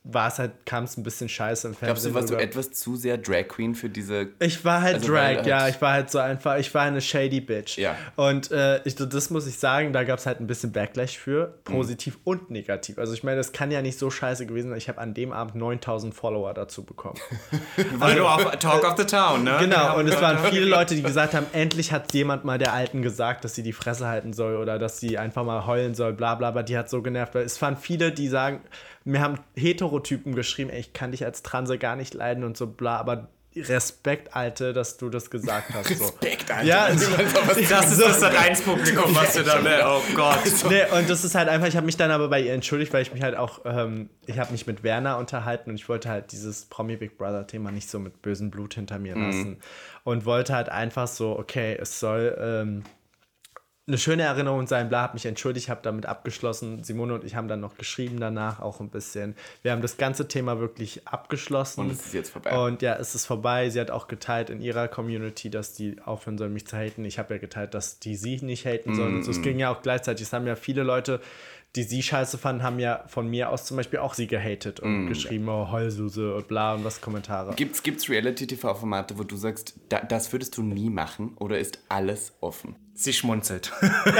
war es halt, kam es ein bisschen scheiße im Fernsehen. Glaubst du, warst du etwas zu sehr Drag Queen für diese... Ich war halt also Drag, halt ja, ich war halt so einfach, ich war eine shady Bitch. Ja. Und äh, ich, das muss ich sagen, da gab es halt ein bisschen Backlash für, positiv mhm. und negativ. Also ich meine, das kann ja nicht so scheiße gewesen sein. Ich habe an dem Abend neuntausend Follower dazu bekommen. Weil du auf Talk of the Town, ne? Genau, und es waren viele Leute, die gesagt haben, endlich hat jemand mal der Alten gesagt, dass sie die Fresse halten soll oder dass sie einfach mal heulen soll, bla bla bla, die hat so genervt. Weil es waren viele, die sagen, mir haben Heterotypen geschrieben, ey, ich kann dich als Transe gar nicht leiden und so bla, aber Respekt, Alte, dass du das gesagt hast. So. Respekt, Alter. Ja, das, das ist das Vereinspublikum, was du da, ne? Oh Gott. Nee, und das ist halt einfach, ich habe mich dann aber bei ihr entschuldigt, weil ich mich halt auch, ähm, ich habe mich mit Werner unterhalten und ich wollte halt dieses Promi Big Brother Thema nicht so mit bösem Blut hinter mir lassen. Mhm. Und wollte halt einfach so, okay, es soll ähm, eine schöne Erinnerung sein, bla, hab mich entschuldigt, habe damit abgeschlossen. Simone und ich haben dann noch geschrieben danach auch ein bisschen. Wir haben das ganze Thema wirklich abgeschlossen. Und es ist jetzt vorbei. Und ja, es ist vorbei. Sie hat auch geteilt in ihrer Community, dass die aufhören sollen, mich zu haten. Ich habe ja geteilt, dass die sie nicht haten sollen. Mm-hmm. Und so, es ging ja auch gleichzeitig. Es haben ja viele Leute, die sie scheiße fanden, haben ja von mir aus zum Beispiel auch sie gehatet und mm, geschrieben, ja. oh, Heulsuse und bla und was Kommentare. Gibt's, gibt's Reality-T V-Formate, wo du sagst, da, das würdest du nie machen oder ist alles offen? Sie schmunzelt.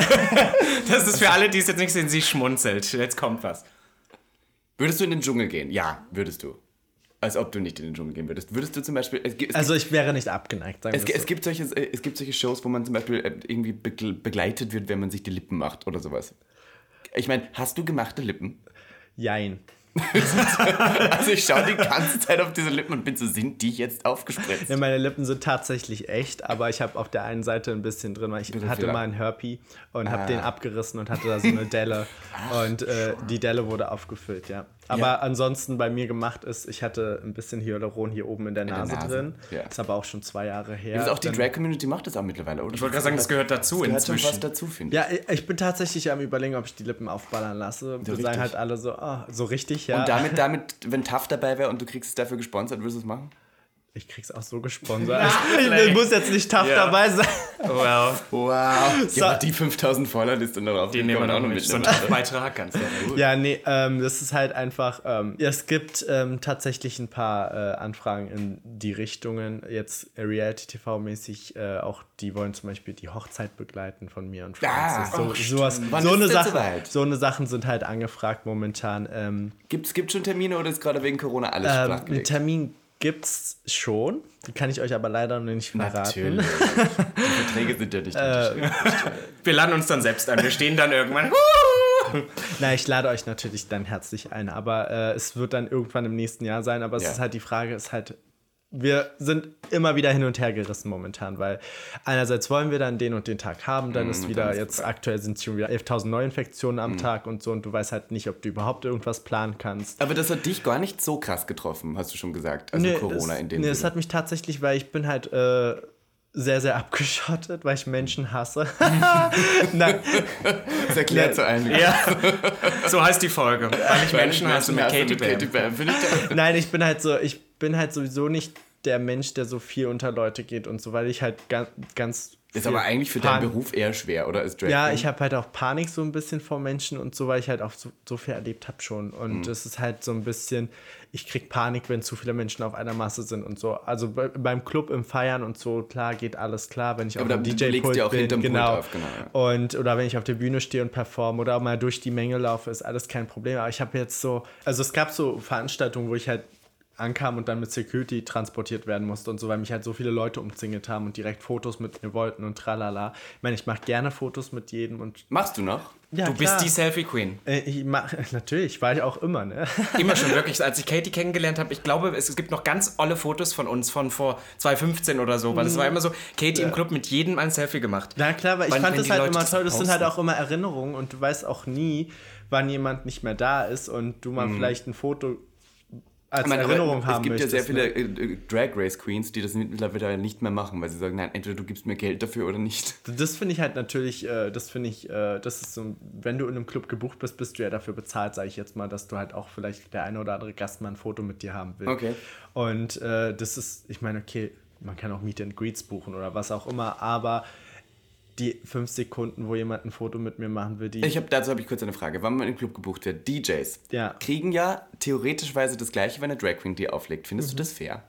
Das ist für alle, die es jetzt nicht sehen, sie schmunzelt. Jetzt kommt was. Würdest du in den Dschungel gehen? Ja, würdest du. Als ob du nicht in den Dschungel gehen würdest. Würdest du zum Beispiel... Es, es also ich wäre nicht abgeneigt, sagen es, wir es, so. gibt solche, es gibt solche Shows, wo man zum Beispiel irgendwie begleitet wird, wenn man sich die Lippen macht oder sowas. Ich meine, hast du gemachte Lippen? Jein. Also ich schaue die ganze Zeit auf diese Lippen und bin so, sind die jetzt aufgespritzt? Ja, meine Lippen sind tatsächlich echt, aber ich habe auf der einen Seite ein bisschen drin, weil ich Bitte hatte mal einen Herpy und ah. habe den abgerissen und hatte da so eine Delle. Und äh, die Delle wurde aufgefüllt, ja. Aber ja. ansonsten bei mir gemacht ist, ich hatte ein bisschen Hyaluron hier oben in der, in Nase, der Nase drin. Ja. Das ist aber auch schon zwei Jahre her. Das ist auch die Drag-Community macht das auch mittlerweile, oder? Ich wollte gerade sagen, das gehört dazu das inzwischen. Gehört schon was dazu, finde ich. Ja, ich bin tatsächlich am Überlegen, ob ich die Lippen aufballern lasse. Wir sagen halt alle so, oh, so richtig, ja. Und damit, damit wenn T A F dabei wäre und du kriegst es dafür gesponsert, würdest du es machen? Ich krieg's auch so gesponsert. ich, ich muss jetzt nicht T A F yeah. dabei sein. Wow. Wow. So. Ja, die fünftausend Follower-Liste noch auf. Die nehmen wir auch noch mit. So einen Beitrag, ganz gut. Ja, nee, ähm, das ist halt einfach, ähm, es gibt ähm, tatsächlich ein paar äh, Anfragen in die Richtungen, jetzt Reality-T V-mäßig, äh, auch die wollen zum Beispiel die Hochzeit begleiten von mir und Francis. Ah, so, oh, sowas, so, eine Sache, so eine Sachen sind halt angefragt momentan. Ähm, Gibt es schon Termine oder ist gerade wegen Corona alles ähm, flachgelegt? Termin gibt's schon, die kann ich euch aber leider noch nicht verraten. Natürlich. Die Verträge sind ja nicht äh, Wir laden uns dann selbst ein, wir stehen dann irgendwann. Na, ich lade euch natürlich dann herzlich ein, aber äh, es wird dann irgendwann im nächsten Jahr sein, aber es ja. ist halt die Frage, ist halt, wir sind immer wieder hin und her gerissen momentan, weil einerseits wollen wir dann den und den Tag haben, dann mm, ist wieder, jetzt vorbei. Aktuell sind es schon wieder elftausend Neuinfektionen am mm. Tag und so und du weißt halt nicht, ob du überhaupt irgendwas planen kannst. Aber das hat dich gar nicht so krass getroffen, hast du schon gesagt, also nee, Corona das, in dem Nee, Sinne. es hat mich tatsächlich, weil ich bin halt äh, sehr, sehr abgeschottet, weil ich Menschen hasse. Nein. Das erklärt so einiges. Ja. So heißt die Folge. Weil ich Menschen hasse mit Katy Bam. Nein, ich bin halt so, ich bin halt sowieso nicht der Mensch, der so viel unter Leute geht und so, weil ich halt ganz, ganz ist aber eigentlich für Pan- deinen Beruf eher schwer, oder? Ist Drag ja, ich habe halt auch Panik so ein bisschen vor Menschen und so, weil ich halt auch so, so viel erlebt habe schon. Und es mhm. ist halt so ein bisschen, ich krieg Panik, wenn zu viele Menschen auf einer Masse sind und so. Also bei, beim Club, im Feiern und so, klar, geht alles klar, wenn ich aber auf dem D J-Pult bin. Auch hinterm genau. Pult auf, genau ja. Und, oder wenn ich auf der Bühne stehe und performe oder auch mal durch die Menge laufe, ist alles kein Problem. Aber ich habe jetzt so, also es gab so Veranstaltungen, wo ich halt ankam und dann mit Security transportiert werden musste und so, weil mich halt so viele Leute umzingelt haben und direkt Fotos mit mir wollten und tralala. Ich meine, ich mache gerne Fotos mit jedem und... Machst du noch? Ja, du klar. bist die Selfie-Queen. Äh, ich mach, natürlich, war ich auch immer, ne? Immer schon, wirklich. Als ich Katie kennengelernt habe, ich glaube, es, es gibt noch ganz olle Fotos von uns von vor zwanzig fünfzehn oder so, weil es war immer so, Katie ja. im Club mit jedem ein Selfie gemacht. Na klar, weil ich weil, fand das halt Leute immer toll, das, das sind halt auch immer Erinnerungen und du weißt auch nie, wann jemand nicht mehr da ist und du mal mhm. vielleicht ein Foto als meine, Erinnerung haben möchtest. Es gibt möchtest, ja sehr viele ne? äh, Drag Race Queens, die das mittlerweile nicht mehr machen, weil sie sagen, nein, entweder du gibst mir Geld dafür oder nicht. Das finde ich halt natürlich, äh, das finde ich, äh, das ist so, wenn du in einem Club gebucht bist, bist du ja dafür bezahlt, sage ich jetzt mal, dass du halt auch vielleicht der eine oder andere Gast mal ein Foto mit dir haben will. Okay. Und äh, das ist, ich meine, okay, man kann auch Meet and Greets buchen oder was auch immer, aber die fünf Sekunden, wo jemand ein Foto mit mir machen will, die... Ich hab, dazu habe ich kurz eine Frage. Wann man im Club gebucht wird, D Js ja. kriegen ja theoretischweise das Gleiche, wenn eine Drag Queen die auflegt. Findest mhm. du das fair?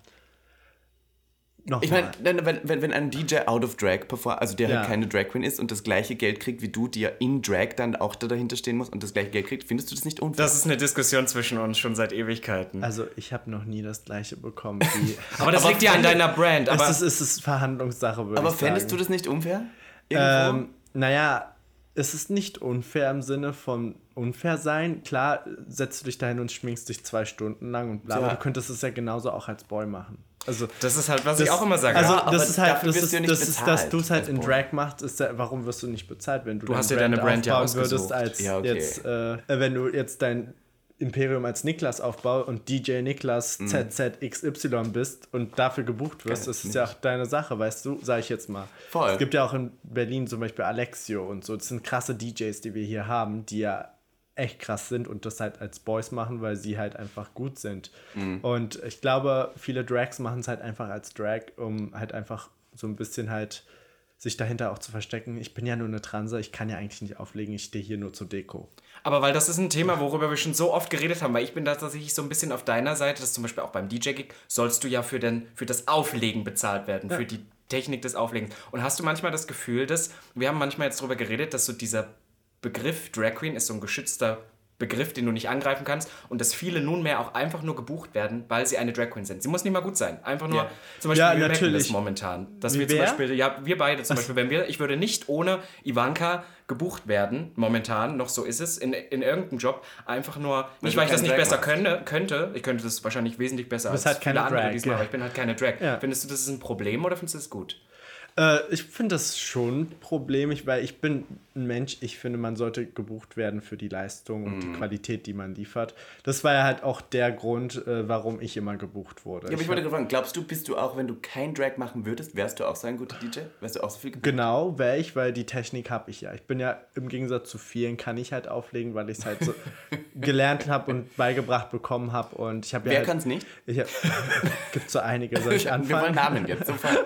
Nochmal. Ich meine, wenn, wenn, wenn ein D J out of Drag performt, also der Ja. halt keine Drag Queen ist und das gleiche Geld kriegt wie du, die ja in Drag dann auch da dahinter stehen muss und das gleiche Geld kriegt, findest du das nicht unfair? Das ist eine Diskussion zwischen uns schon seit Ewigkeiten. Also ich habe noch nie das Gleiche bekommen wie... aber das aber liegt ja an deiner Brand. Aber es, ist, es ist Verhandlungssache, würde ich Aber sagen. fändest du das nicht unfair? Irgendwo? Ähm, naja, es ist nicht unfair im Sinne von unfair sein. Klar, setzt du dich dahin und schminkst dich zwei Stunden lang und bla, Ja. aber du könntest es ja genauso auch als Boy machen. Also, das ist halt, was das, ich auch immer sage. Also, Ja, aber das ist halt, dafür das wirst ist, du ja nicht das ist, bezahlt dass du es halt als in Boy. Drag machst, ist ja, warum wirst du nicht bezahlt, wenn du, Du hast dir deine Brand ja aufbauen würdest, ausgesucht. als Ja, okay. jetzt, äh, wenn du jetzt dein Imperium als Niklas aufbaust und D J Niklas Mhm. Z Z X Y bist und dafür gebucht wirst, Geil, das ist ja auch deine Sache, weißt du, sag ich jetzt mal. Voll. Es gibt ja auch in Berlin zum Beispiel Alexio und so, das sind krasse D Js, die wir hier haben, die ja echt krass sind und das halt als Boys machen, weil sie halt einfach gut sind. Mhm. Und ich glaube, viele Drags machen es halt einfach als Drag, um halt einfach so ein bisschen halt sich dahinter auch zu verstecken. Ich bin ja nur eine Transe, ich kann ja eigentlich nicht auflegen, ich stehe hier nur zur Deko. Aber weil das ist ein Thema, worüber wir schon so oft geredet haben, weil ich bin da tatsächlich so ein bisschen auf deiner Seite, dass zum Beispiel auch beim D J-Gig sollst du ja für, den, für das Auflegen bezahlt werden, ja. für die Technik des Auflegens. Und hast du manchmal das Gefühl, dass, wir haben manchmal jetzt darüber geredet, dass so dieser Begriff Drag Queen ist so ein geschützter Begriff, den du nicht angreifen kannst und dass viele nunmehr auch einfach nur gebucht werden, weil sie eine Drag Queen sind. Sie muss nicht mal gut sein. Einfach nur, Ja. zum Beispiel, Ja, wir merken natürlich. das momentan. Dass Wie wir zum wer? Beispiel, ja, wir beide zum Beispiel, wenn wir, ich würde nicht ohne Ivanka gebucht werden, momentan, noch so ist es, in, in irgendeinem Job, einfach nur, nicht weil ich das nicht besser könnte, könnte, ich könnte das wahrscheinlich wesentlich besser als halt keine viele andere Drag, diesmal, ja. aber ich bin halt keine Drag. Ja. Findest du, das ist ein Problem oder findest du das gut? Äh, ich finde das schon ein Problem, ich, weil ich bin ein Mensch, ich finde, man sollte gebucht werden für die Leistung und Mhm. die Qualität, die man liefert. Das war ja halt auch der Grund, äh, warum ich immer gebucht wurde. Ja, aber ich Ich wollte hab- gerade fragen, glaubst du, bist du auch, wenn du kein Drag machen würdest, wärst du auch so ein guter D J? Wärst du auch so viel gebucht? Genau, wäre ich, weil die Technik habe ich ja. Ich bin ja im Gegensatz zu vielen, kann ich halt auflegen, weil ich es halt so gelernt habe und beigebracht bekommen habe. Und ich habe ja Wer halt, kann es nicht? Ich hab, gibt so einige, soll ich Wir wollen anfangen? Namen jetzt, sofort.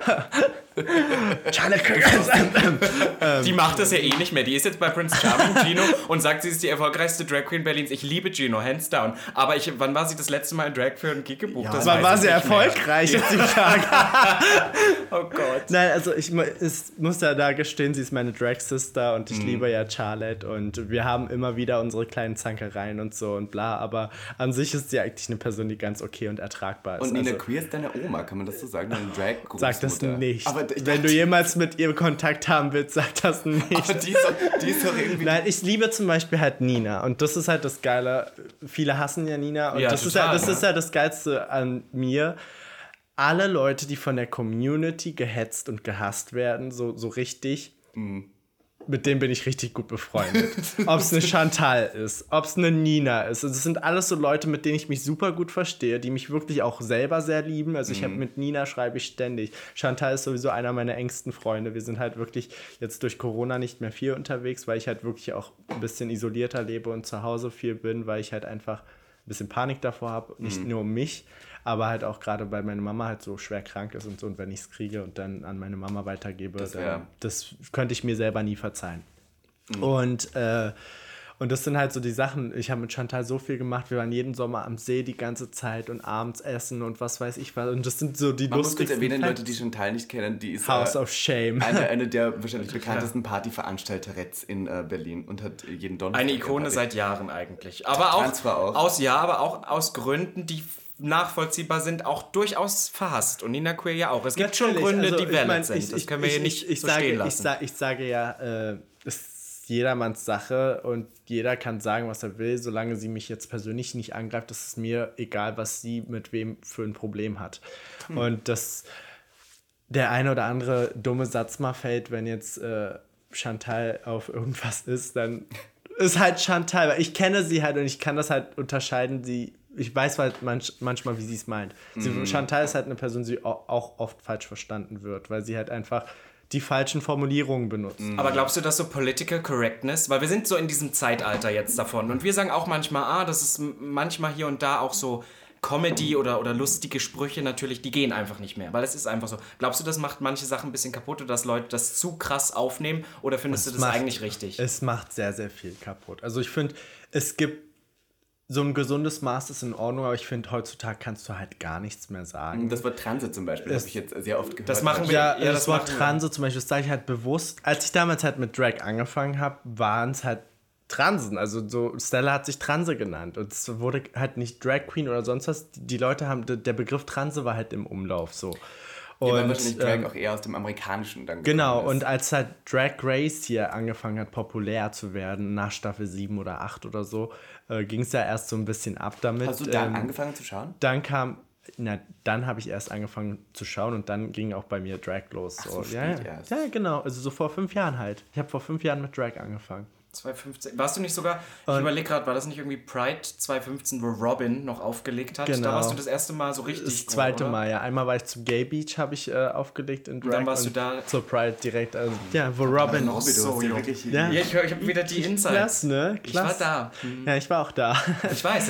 Charlotte Die macht das ja eh nicht mehr. Die ist jetzt bei Prince Charming, Gino, und sagt, sie ist die erfolgreichste Drag Queen Berlins. Ich liebe Gino, hands down. Aber ich, wann war sie das letzte Mal in Drag für einen Gig gebucht? Das Wann weiß war ich sie nicht mehr. erfolgreich, ist die Frage. Oh Gott. Nein, also ich mu- es muss ja da gestehen, sie ist meine Drag-Sister und ich Mhm. liebe ja Charlotte und wir haben immer wieder unsere kleinen Zankereien und so und bla, aber an sich ist sie eigentlich eine Person, die ganz okay und ertragbar ist. Und Nina also, Queer ist deine Oma, kann man das so sagen? Deine Drag-Großmutter. sag das nicht. Aber, ich Wenn du jemals mit ihr Kontakt haben willst, sag das nicht. aber die, ist doch, die ist doch irgendwie... Nein, ich liebe zum Beispiel halt Nina und das ist halt das Geile. Viele hassen ja Nina und Ja, das, ist total, ja, das ne? ist ja das Geilste an mir. Alle Leute, die von der Community gehetzt und gehasst werden, so, so richtig, mit denen bin ich richtig gut befreundet. Ob es eine Chantal ist, ob es eine Nina ist. Also das sind alles so Leute, mit denen ich mich super gut verstehe, die mich wirklich auch selber sehr lieben. Also ich habe mit Nina schreibe ich ständig. Chantal ist sowieso einer meiner engsten Freunde. Wir sind halt wirklich jetzt durch Corona nicht mehr viel unterwegs, weil ich halt wirklich auch ein bisschen isolierter lebe und zu Hause viel bin, weil ich halt einfach ein bisschen Panik davor habe. Nicht nur um mich, aber halt auch gerade, weil meine Mama halt so schwer krank ist und so. Und wenn ich es kriege und dann an meine Mama weitergebe, Das das, wär- dann, das könnte ich mir selber nie verzeihen. Und, äh, und das sind halt so die Sachen. Ich habe mit Chantal so viel gemacht. Wir waren jeden Sommer am See die ganze Zeit und abends essen und was weiß ich was. Und das sind so die Man muss kurz lustigsten erwähnen, Facts. Leute, die Chantal nicht kennen, die ist House äh, of Shame. eine, eine der wahrscheinlich bekanntesten Partyveranstalteretz in äh, Berlin und hat jeden Donnerstag... Eine ihre Ikone Party. seit Jahren eigentlich. Aber auch, Transfer auch. aus ja, aber auch aus Gründen, die nachvollziehbar sind, auch durchaus verhasst. Und Nina Queer ja auch. Es gibt schon Natürlich, Gründe, also, die ich valid mein, sind. ich- Das ich- können wir ich- hier nicht ich, ich so sage, stehen ich, lassen. sag, ich sage ja, äh, es ist jedermanns Sache und jeder kann sagen, was er will, solange sie mich jetzt persönlich nicht angreift, ist es mir egal, was sie mit wem für ein Problem hat. Hm. Und dass der eine oder andere dumme Satz mal fällt, wenn jetzt äh, Chantal auf irgendwas ist, dann ist halt Chantal, weil ich kenne sie halt und ich kann das halt unterscheiden, sie ich weiß halt manch, manchmal, wie sie es meint. Sie, Mhm. Chantal ist halt eine Person, die au- auch oft falsch verstanden wird, weil sie halt einfach die falschen Formulierungen benutzt. Aber glaubst du, dass so Political Correctness, weil wir sind so in diesem Zeitalter jetzt davon und wir sagen auch manchmal, ah, das ist m- manchmal hier und da auch so Comedy oder, oder lustige Sprüche natürlich, die gehen einfach nicht mehr, weil es ist einfach so. Glaubst du, das macht manche Sachen ein bisschen kaputt oder dass Leute das zu krass aufnehmen oder findest Es du das macht- eigentlich richtig? Es macht sehr, sehr viel kaputt. Also ich finde, es gibt so ein gesundes Maß ist in Ordnung, aber ich finde, heutzutage kannst du halt gar nichts mehr sagen. Das Wort Transe zum Beispiel habe ich jetzt sehr oft gehört. Das machen wir- Ja, Ja, das, das Wort machen wir. Transe zum Beispiel, das sage ich halt bewusst. Als ich damals halt mit Drag angefangen habe, waren es halt Transen. Also so, Stella hat sich Transe genannt. Und es wurde halt nicht Drag Queen oder sonst was. Die Leute haben, der Begriff Transe war halt im Umlauf so. Ja, weil Und, wahrscheinlich Drag ähm, auch eher aus dem Amerikanischen dann Genau, gekommen und ist. als halt Drag Race hier angefangen hat, populär zu werden, nach Staffel sieben oder acht oder so, äh, ging es ja erst so ein bisschen ab damit. Hast du dann ähm, angefangen zu schauen? Dann kam, na, dann habe ich erst angefangen zu schauen und dann ging auch bei mir Drag los. Ach, so ja, spät ja. erst. ja, genau, also so vor fünf Jahren halt. Ich habe vor fünf Jahren mit Drag angefangen. zwanzig fünfzehn. Warst du nicht sogar, ich Und- überlege gerade, war das nicht irgendwie Pride zwanzig fünfzehn, wo Robin noch aufgelegt hat? Genau. Da warst du das erste Mal so richtig. Das zweite oder? Mal, ja. Einmal war ich zum Gay Beach, habe ich äh, aufgelegt in Drag. dann warst du da- Zur Pride direkt. Also, ja, wo Robin. noch so jung. Ja. Ja, ich, hör- ich habe wieder die Insights. Klasse, ne? Ich war Klasse. da. Ja, ich war auch da. Ich weiß.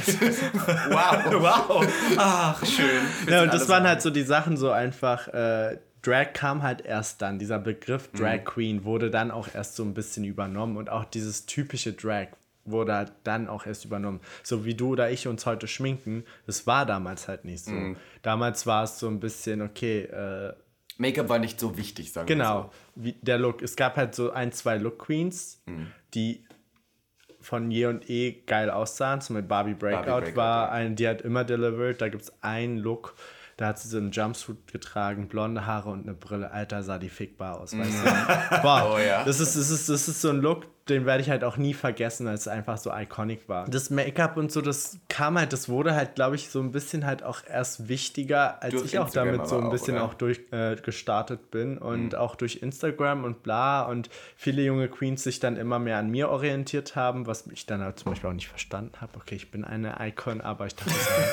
wow. Wow. Ach, schön. Wir Ja, sind und das alle waren so- halt so die Sachen, so einfach, äh, Drag kam halt erst dann, dieser Begriff Drag Queen wurde dann auch erst so ein bisschen übernommen und auch dieses typische Drag wurde halt dann auch erst übernommen. So wie du oder ich uns heute schminken, das war damals halt nicht so. Damals war es so ein bisschen, okay, äh, Make-up war nicht so wichtig, sagen wir genau, so. wie der Look. Es gab halt so ein, zwei Look-Queens, die von je und eh geil aussahen. Zum Beispiel Barbie Breakout, Barbie Breakout, war ja. eine, die hat immer delivered. Da gibt es einen Look, da hat sie so einen Jumpsuit getragen, blonde Haare und eine Brille. Alter, sah die fickbar aus, weißt du? Boah, Oh ja. das ist, das ist, das ist so ein Look, den werde ich halt auch nie vergessen, weil es einfach so iconic war. Das Make-up und so, das kam halt, das wurde halt, glaube ich, so ein bisschen halt auch erst wichtiger, als Durch ich auch Instagram damit so aber ein auch, bisschen oder? auch durch äh, gestartet bin und auch durch Instagram und bla und viele junge Queens sich dann immer mehr an mir orientiert haben, was ich dann halt zum Beispiel auch nicht verstanden habe. Okay, ich bin eine Icon, aber ich dachte,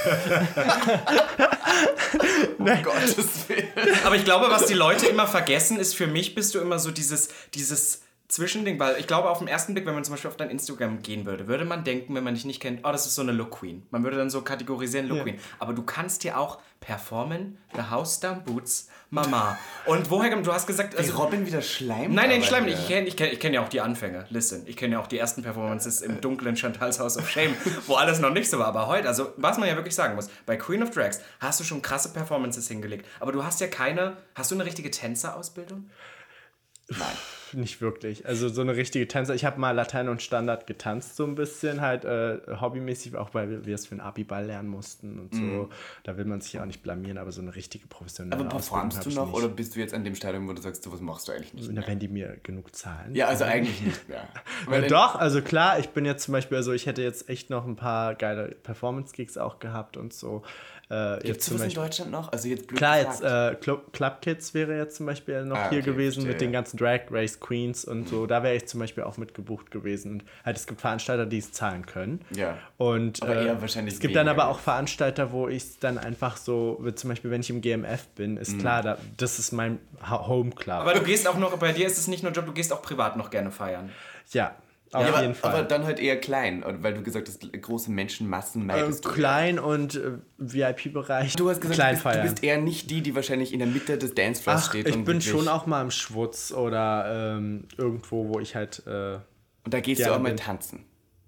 Um Gottes Willen. Aber ich glaube, was die Leute immer vergessen, ist, für mich bist du immer so dieses, dieses Zwischending, weil ich glaube, auf den ersten Blick, wenn man zum Beispiel auf dein Instagram gehen würde, würde man denken, wenn man dich nicht kennt, oh, das ist so eine Look-Queen. Man würde dann so kategorisieren, Look-Queen. Ja. Aber du kannst dir auch performen, The House Down Boots, Mama. Und woher, du hast gesagt... Also Robin wieder schleimt. Nein, nein, aber Schleim hier. nicht. Ich kenne ich kenn, ich kenn ja auch die Anfänge. Listen, ich kenne ja auch die ersten Performances im dunklen Chantal's House of Shame, wo alles noch nicht so war. Aber heute, also was man ja wirklich sagen muss, bei Queen of Drags hast du schon krasse Performances hingelegt. Aber du hast ja keine... Hast du eine richtige Tänzerausbildung? Nein. Nicht wirklich. Also so eine richtige Tänzer. Ich habe mal Latein und Standard getanzt, so ein bisschen halt äh, hobbymäßig, auch weil wir es für einen Abiball lernen mussten und so. Mm. Da will man sich ja auch nicht blamieren, aber so eine richtige professionelle Aber Ausbildung performst du habe ich noch nicht. oder bist du jetzt an dem Stadium, wo du sagst, sowas machst du eigentlich nicht Na, mehr? wenn die mir genug zahlen. Ja, also eigentlich nicht mehr. Ja, doch, also klar, ich bin jetzt zum Beispiel, also ich hätte jetzt echt noch ein paar geile Performance-Gigs auch gehabt und so. Äh, Gibt es sowas in Deutschland noch? Also jetzt blöd Klar, jetzt gefragt. äh, Club, Club Kids wäre jetzt zum Beispiel noch Ah, hier okay, gewesen verstehe. mit den ganzen Drag Race Queens und so. Da wäre ich zum Beispiel auch mit gebucht gewesen. Und halt, es gibt Veranstalter, die es zahlen können. Ja. Und Aber äh, eher wahrscheinlich es gibt dann weniger aber auch jetzt. Veranstalter, wo ich es dann einfach so, wie zum Beispiel, wenn ich im G M F bin, ist klar, da, das ist mein Ha- Home Club. Aber du gehst auch noch, bei dir ist es nicht nur Job, du gehst auch privat noch gerne feiern. ja, auf Ja, jeden aber, Fall. aber dann halt eher klein, weil du gesagt hast, große Menschenmassen ähm, meidest du. klein und äh, V I P-Bereich. Du hast gesagt, klein du bist, du feiern. bist eher nicht die, die wahrscheinlich in der Mitte des Dancefloors Ach, steht. ich und bin wirklich- schon auch mal im Schwutz oder ähm, irgendwo, wo ich halt. Äh, Und da gehst du gerne auch mal bin. tanzen.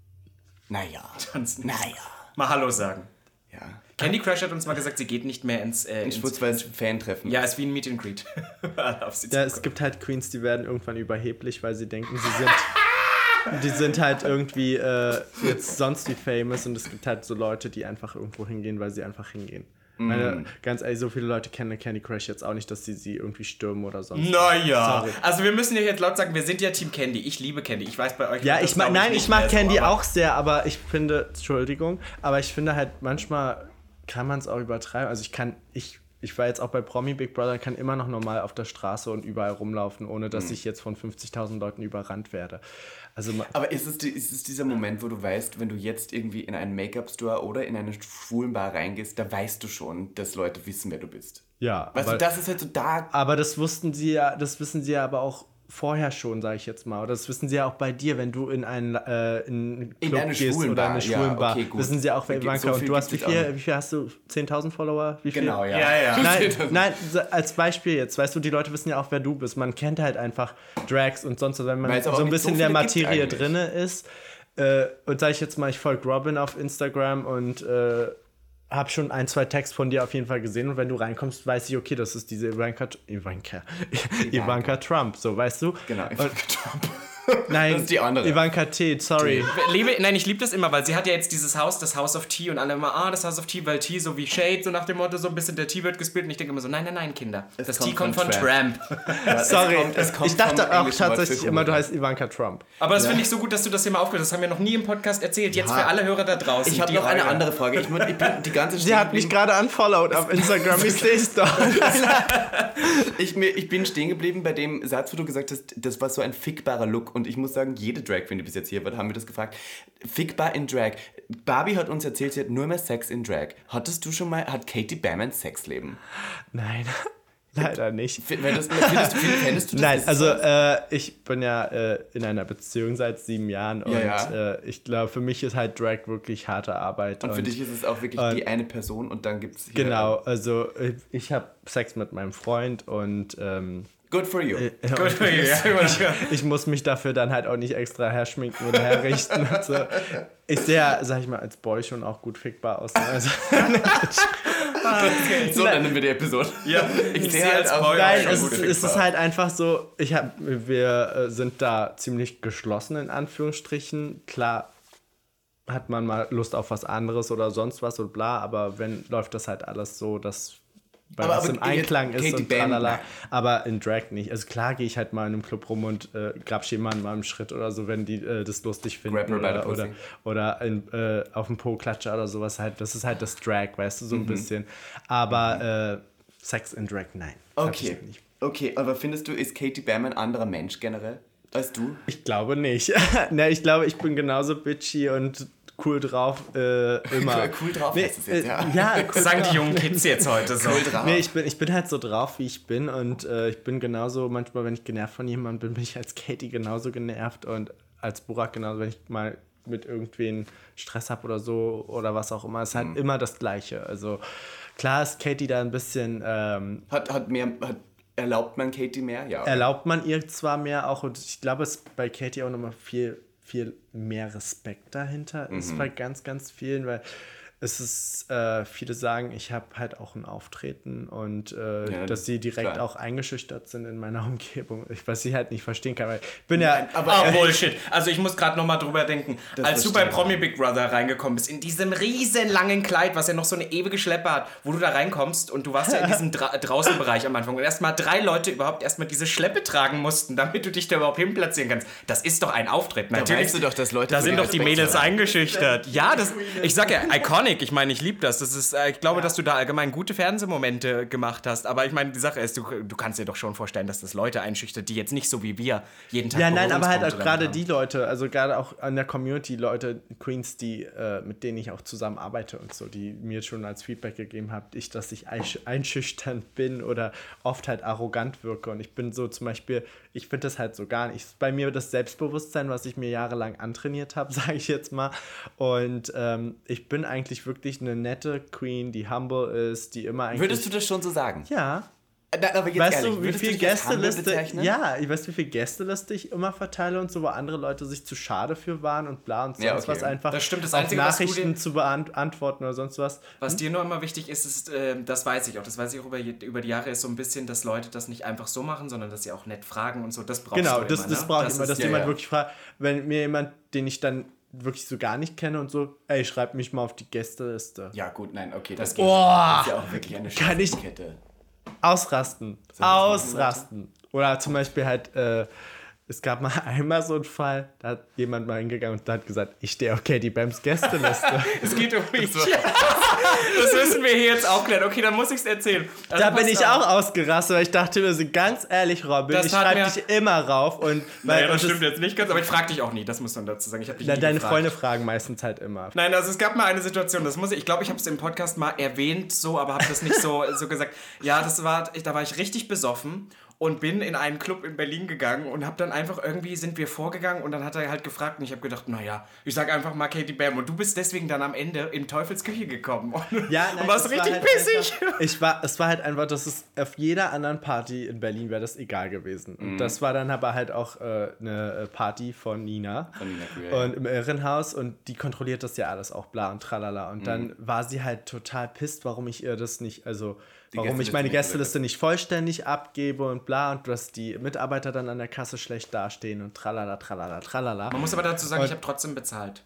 Naja. Tanzen. Naja. Mal Hallo sagen. Ja. Candy Crush hat uns mal gesagt, sie geht nicht mehr ins... Äh, In ins Schwutz, weil es Fan-Treffen ja, ist. ist wie ein Meet and Greet. Auf sie ja, zukommen. es gibt halt Queens, die werden irgendwann überheblich, weil sie denken, sie sind. Die sind halt irgendwie äh, jetzt sonst wie famous und es gibt halt so Leute, die einfach irgendwo hingehen, weil sie einfach hingehen. Mm. Meine, ganz ehrlich, so viele Leute kennen Candy Crush jetzt auch nicht, dass sie sie irgendwie stürmen oder sonst. Naja, Sorry. also wir müssen ja jetzt laut sagen, wir sind ja Team Candy. Ich liebe Candy. Ich weiß bei euch... Ja, wird das, ich mag, glaub nein, nicht ich mag mehr so, Candy aber- auch sehr, aber ich finde, Entschuldigung, aber ich finde halt manchmal kann man es auch übertreiben. Also ich kann, ich, ich war jetzt auch bei Promi Big Brother, kann immer noch normal auf der Straße und überall rumlaufen, ohne dass Mhm. ich jetzt von fünfzigtausend Leuten überrannt werde. Also ma- Aber ist es, die- ist es dieser Moment, wo du weißt, wenn du jetzt irgendwie in einen Make-up-Store oder in eine Schwulenbar reingehst, da weißt du schon, dass Leute wissen, wer du bist. ja, Weißt aber, du, das ist halt so da... aber das wussten sie ja, das wissen sie ja aber auch vorher schon, sage ich jetzt mal. Oder das wissen sie ja auch bei dir, wenn du in einen, äh, in einen Club in eine gehst oder in eine Schwulenbar. Ja, okay, wissen sie auch, wer Ivanka so und du hast wie viel, wie viel hast du? zehntausend Follower? Wie viel? Genau, ja. Ja, ja. Nein, nein, als Beispiel jetzt, weißt du, die Leute wissen ja auch, wer du bist. Man kennt halt einfach Drags und sonst, wenn man so ein bisschen so in der Materie drin ist. Äh, und sage ich jetzt mal, ich folge Robin auf Instagram und äh, habe schon ein, zwei Tags von dir auf jeden Fall gesehen. Und wenn du reinkommst, weiß ich, okay, das ist diese Ivanka, Ivanka, Ivanka, Ivanka Trump, so, weißt du? Genau, Ivanka und, Trump. Nein, das ist die andere. Ivanka T, sorry. Liebe, nein, ich liebe das immer, weil sie hat ja jetzt dieses Haus, das House of Tea und alle immer, ah, das House of Tea, weil Tea so wie Shade, so nach dem Motto, so ein bisschen der Tea wird gespielt und ich denke immer so, nein, nein, nein, Kinder, es das kommt Tea kommt von, von Tramp. Tramp. Ja, sorry, es kommt, es kommt ich dachte auch tatsächlich immer, du heißt heißt Ivanka Trump. Aber das ja. finde ich so gut, dass du das hier mal aufgehört hast. Das haben wir noch nie im Podcast erzählt. Jetzt ja. für alle Hörer da draußen. Ich habe noch eine andere Frage. Ich, ich bin die ganze Sie hat mich gerade unfollowed auf Instagram, ich sehe es doch. ich, mir, ich bin stehen geblieben bei dem Satz, wo du gesagt hast, das war so ein fickbarer Look und ich muss sagen, jede Drag, wenn die bis jetzt hier war, haben wir das gefragt. Fickbar in Drag. Barbie hat uns erzählt, sie hat nur mehr Sex in Drag. Hattest du schon mal, hat Katie Bam ein Sexleben? Nein, leider nicht. Findest du, findest du, findest du das? Nein, also äh, ich bin ja äh, in einer Beziehung seit sieben Jahren und ja, ja. Äh, ich glaube, für mich ist halt Drag wirklich harte Arbeit. Und, und für dich ist es auch wirklich und, die eine Person und dann gibt es hier... Genau, also ich, ich habe Sex mit meinem Freund und... Ähm, Good for you. Äh, Good for you. Ich, ich muss mich dafür dann halt auch nicht extra herschminken oder herrichten und so. Ich sehe ja, sag ich mal, als Boy schon auch gut fickbar aus. Also, okay. So nennen wir die Episode. Ja, ich, ich sehe halt als Boy Nein, auch es, schon ist, gut es ist halt einfach so, ich hab, wir äh, sind da ziemlich geschlossen in Anführungsstrichen. Klar hat man mal Lust auf was anderes oder sonst was und bla, aber wenn läuft das halt alles so, dass weil aber, das aber im Einklang ist Katie und Bam, tralala, nein. aber in Drag nicht. Also klar gehe ich halt mal in einem Club rum und äh, grabsch jemanden mal im Schritt oder so, wenn die äh, das lustig finden oder, oder, oder in, äh, auf dem Po klatsche oder sowas halt. Das ist halt das Drag, weißt du, so ein mhm. bisschen. Aber mhm. äh, Sex in Drag, nein. Okay. Nicht. Okay, aber findest du, ist Katie Bam ein anderer Mensch generell als du? Ich glaube nicht. Ne, ich glaube, ich bin genauso bitchy und cool drauf, äh, immer. Cool drauf nee, heißt es jetzt, ja. Äh, ja, cool das sagen drauf. die jungen Kids jetzt heute so. Cool drauf. Nee, ich bin, ich bin halt so drauf, wie ich bin und äh, ich bin genauso, manchmal, wenn ich genervt von jemandem bin, bin ich als Katie genauso genervt und als Burak genauso, wenn ich mal mit irgendwen Stress habe oder so oder was auch immer. Es ist halt mhm. immer das Gleiche. Also klar ist Katie da ein bisschen... Ähm, hat, hat mehr... Hat erlaubt man Katie mehr? Ja. Okay. Erlaubt man ihr zwar mehr auch und ich glaube, es ist bei Katie auch nochmal viel... viel mehr Respekt dahinter mhm. ist bei ganz, ganz vielen, weil es ist, äh, viele sagen, ich habe halt auch ein Auftreten und äh, ja, dass sie direkt klar. auch eingeschüchtert sind in meiner Umgebung. Ich, was ich halt nicht verstehen kann, weil ich bin ja... Aber oh, Bullshit. Also ich muss gerade nochmal drüber denken, das als du bei Promi Big Brother reingekommen bist, in diesem riesen langen Kleid, was ja noch so eine ewige Schleppe hat, wo du da reinkommst und du warst ja in diesem Dra- Draußenbereich am Anfang und erstmal drei Leute überhaupt erstmal diese Schleppe tragen mussten, damit du dich da überhaupt hinplatzieren kannst. Das ist doch ein Auftritt. Natürlich, da weißt du doch, dass Leute... Da sind doch die Mädels haben. eingeschüchtert. Ja, das, ich sag ja, iconic. Ich meine, ich liebe das. Das ist, äh, ich glaube, ja. dass du da allgemein gute Fernsehmomente gemacht hast. Aber ich meine, die Sache ist, du, du kannst dir doch schon vorstellen, dass das Leute einschüchtert, die jetzt nicht so wie wir jeden Tag... Ja, nein, aber halt auch gerade die Leute, also gerade auch an der Community Leute, Queens, die, äh, mit denen ich auch zusammen arbeite und so, die mir schon als Feedback gegeben haben, ich, dass ich einschüchternd bin oder oft halt arrogant wirke. Und ich bin so zum Beispiel, ich finde das halt so gar nicht. Bei mir das Selbstbewusstsein, was ich mir jahrelang antrainiert habe, sage ich jetzt mal. Und ähm, ich bin eigentlich wirklich eine nette Queen, die humble ist, die immer eigentlich... Würdest du das schon so sagen? Ja. Na, aber jetzt weißt ehrlich, du, wie viel du Gästeliste... Ja, ich weiß, wie viel Gästeliste ich immer verteile und so, wo andere Leute sich zu schade für waren und bla und sonst ja, okay. was einfach das stimmt, das auf Einzige, Nachrichten zu beantworten oder sonst was. Was hm? dir nur immer wichtig ist, ist, äh, das weiß ich auch, das weiß ich auch über, über die Jahre, ist so ein bisschen, dass Leute das nicht einfach so machen, sondern dass sie auch nett fragen und so, das brauchst genau, du das, immer. Genau, das ne? brauche ich das immer, dass ja, jemand ja. wirklich fragt, wenn mir jemand, den ich dann wirklich so gar nicht kenne und so, ey, schreib mich mal auf die Gästeliste. Ja gut, nein, okay, das, das geht. Oh, das ist ja auch wirklich eine kann ich Kette. Ausrasten. So, Ausrasten. Oder zum Beispiel halt, äh, es gab mal einmal so einen Fall, da hat jemand mal hingegangen und hat gesagt, ich stehe auf Katie Bams Gästeliste. Es geht um mich. Das müssen wir hier jetzt auch klären. Okay, dann muss ich es erzählen. Also da bin ich auch ausgerastet, weil ich dachte mir so, ganz ehrlich, Robin, das ich schreibe dich immer rauf. Und, weil, naja, das und stimmt jetzt nicht ganz, aber ich frage dich auch nie, das muss man dazu sagen. Ich hab dich na, nie deine gefragt. Freunde fragen meistens halt immer. Nein, also es gab mal eine Situation, das muss ich, ich glaube, ich habe es im Podcast mal erwähnt, so, aber habe das nicht so, so gesagt. Ja, das war, da war ich richtig besoffen. und bin in einen Club in Berlin gegangen und habe dann einfach irgendwie, sind wir vorgegangen und dann hat er halt gefragt und ich habe gedacht, naja, ich sag einfach mal Katie Bam und du bist deswegen dann am Ende in Teufels Küche gekommen und, Ja, nein, und warst richtig war halt pissig. Einfach, ich war, es war halt einfach, dass es auf jeder anderen Party in Berlin wäre das egal gewesen. Und mhm. das war dann aber halt auch äh, eine Party von Nina, von Nina Queer, und im Irrenhaus und die kontrolliert das ja alles auch, bla und tralala. Und mhm. dann war sie halt total pisst, warum ich ihr das nicht, also die warum ich meine Gästeliste nicht vollständig abgebe und bla und dass die Mitarbeiter dann an der Kasse schlecht dastehen und tralala, tralala, tralala. Man muss aber dazu sagen, und ich habe trotzdem bezahlt.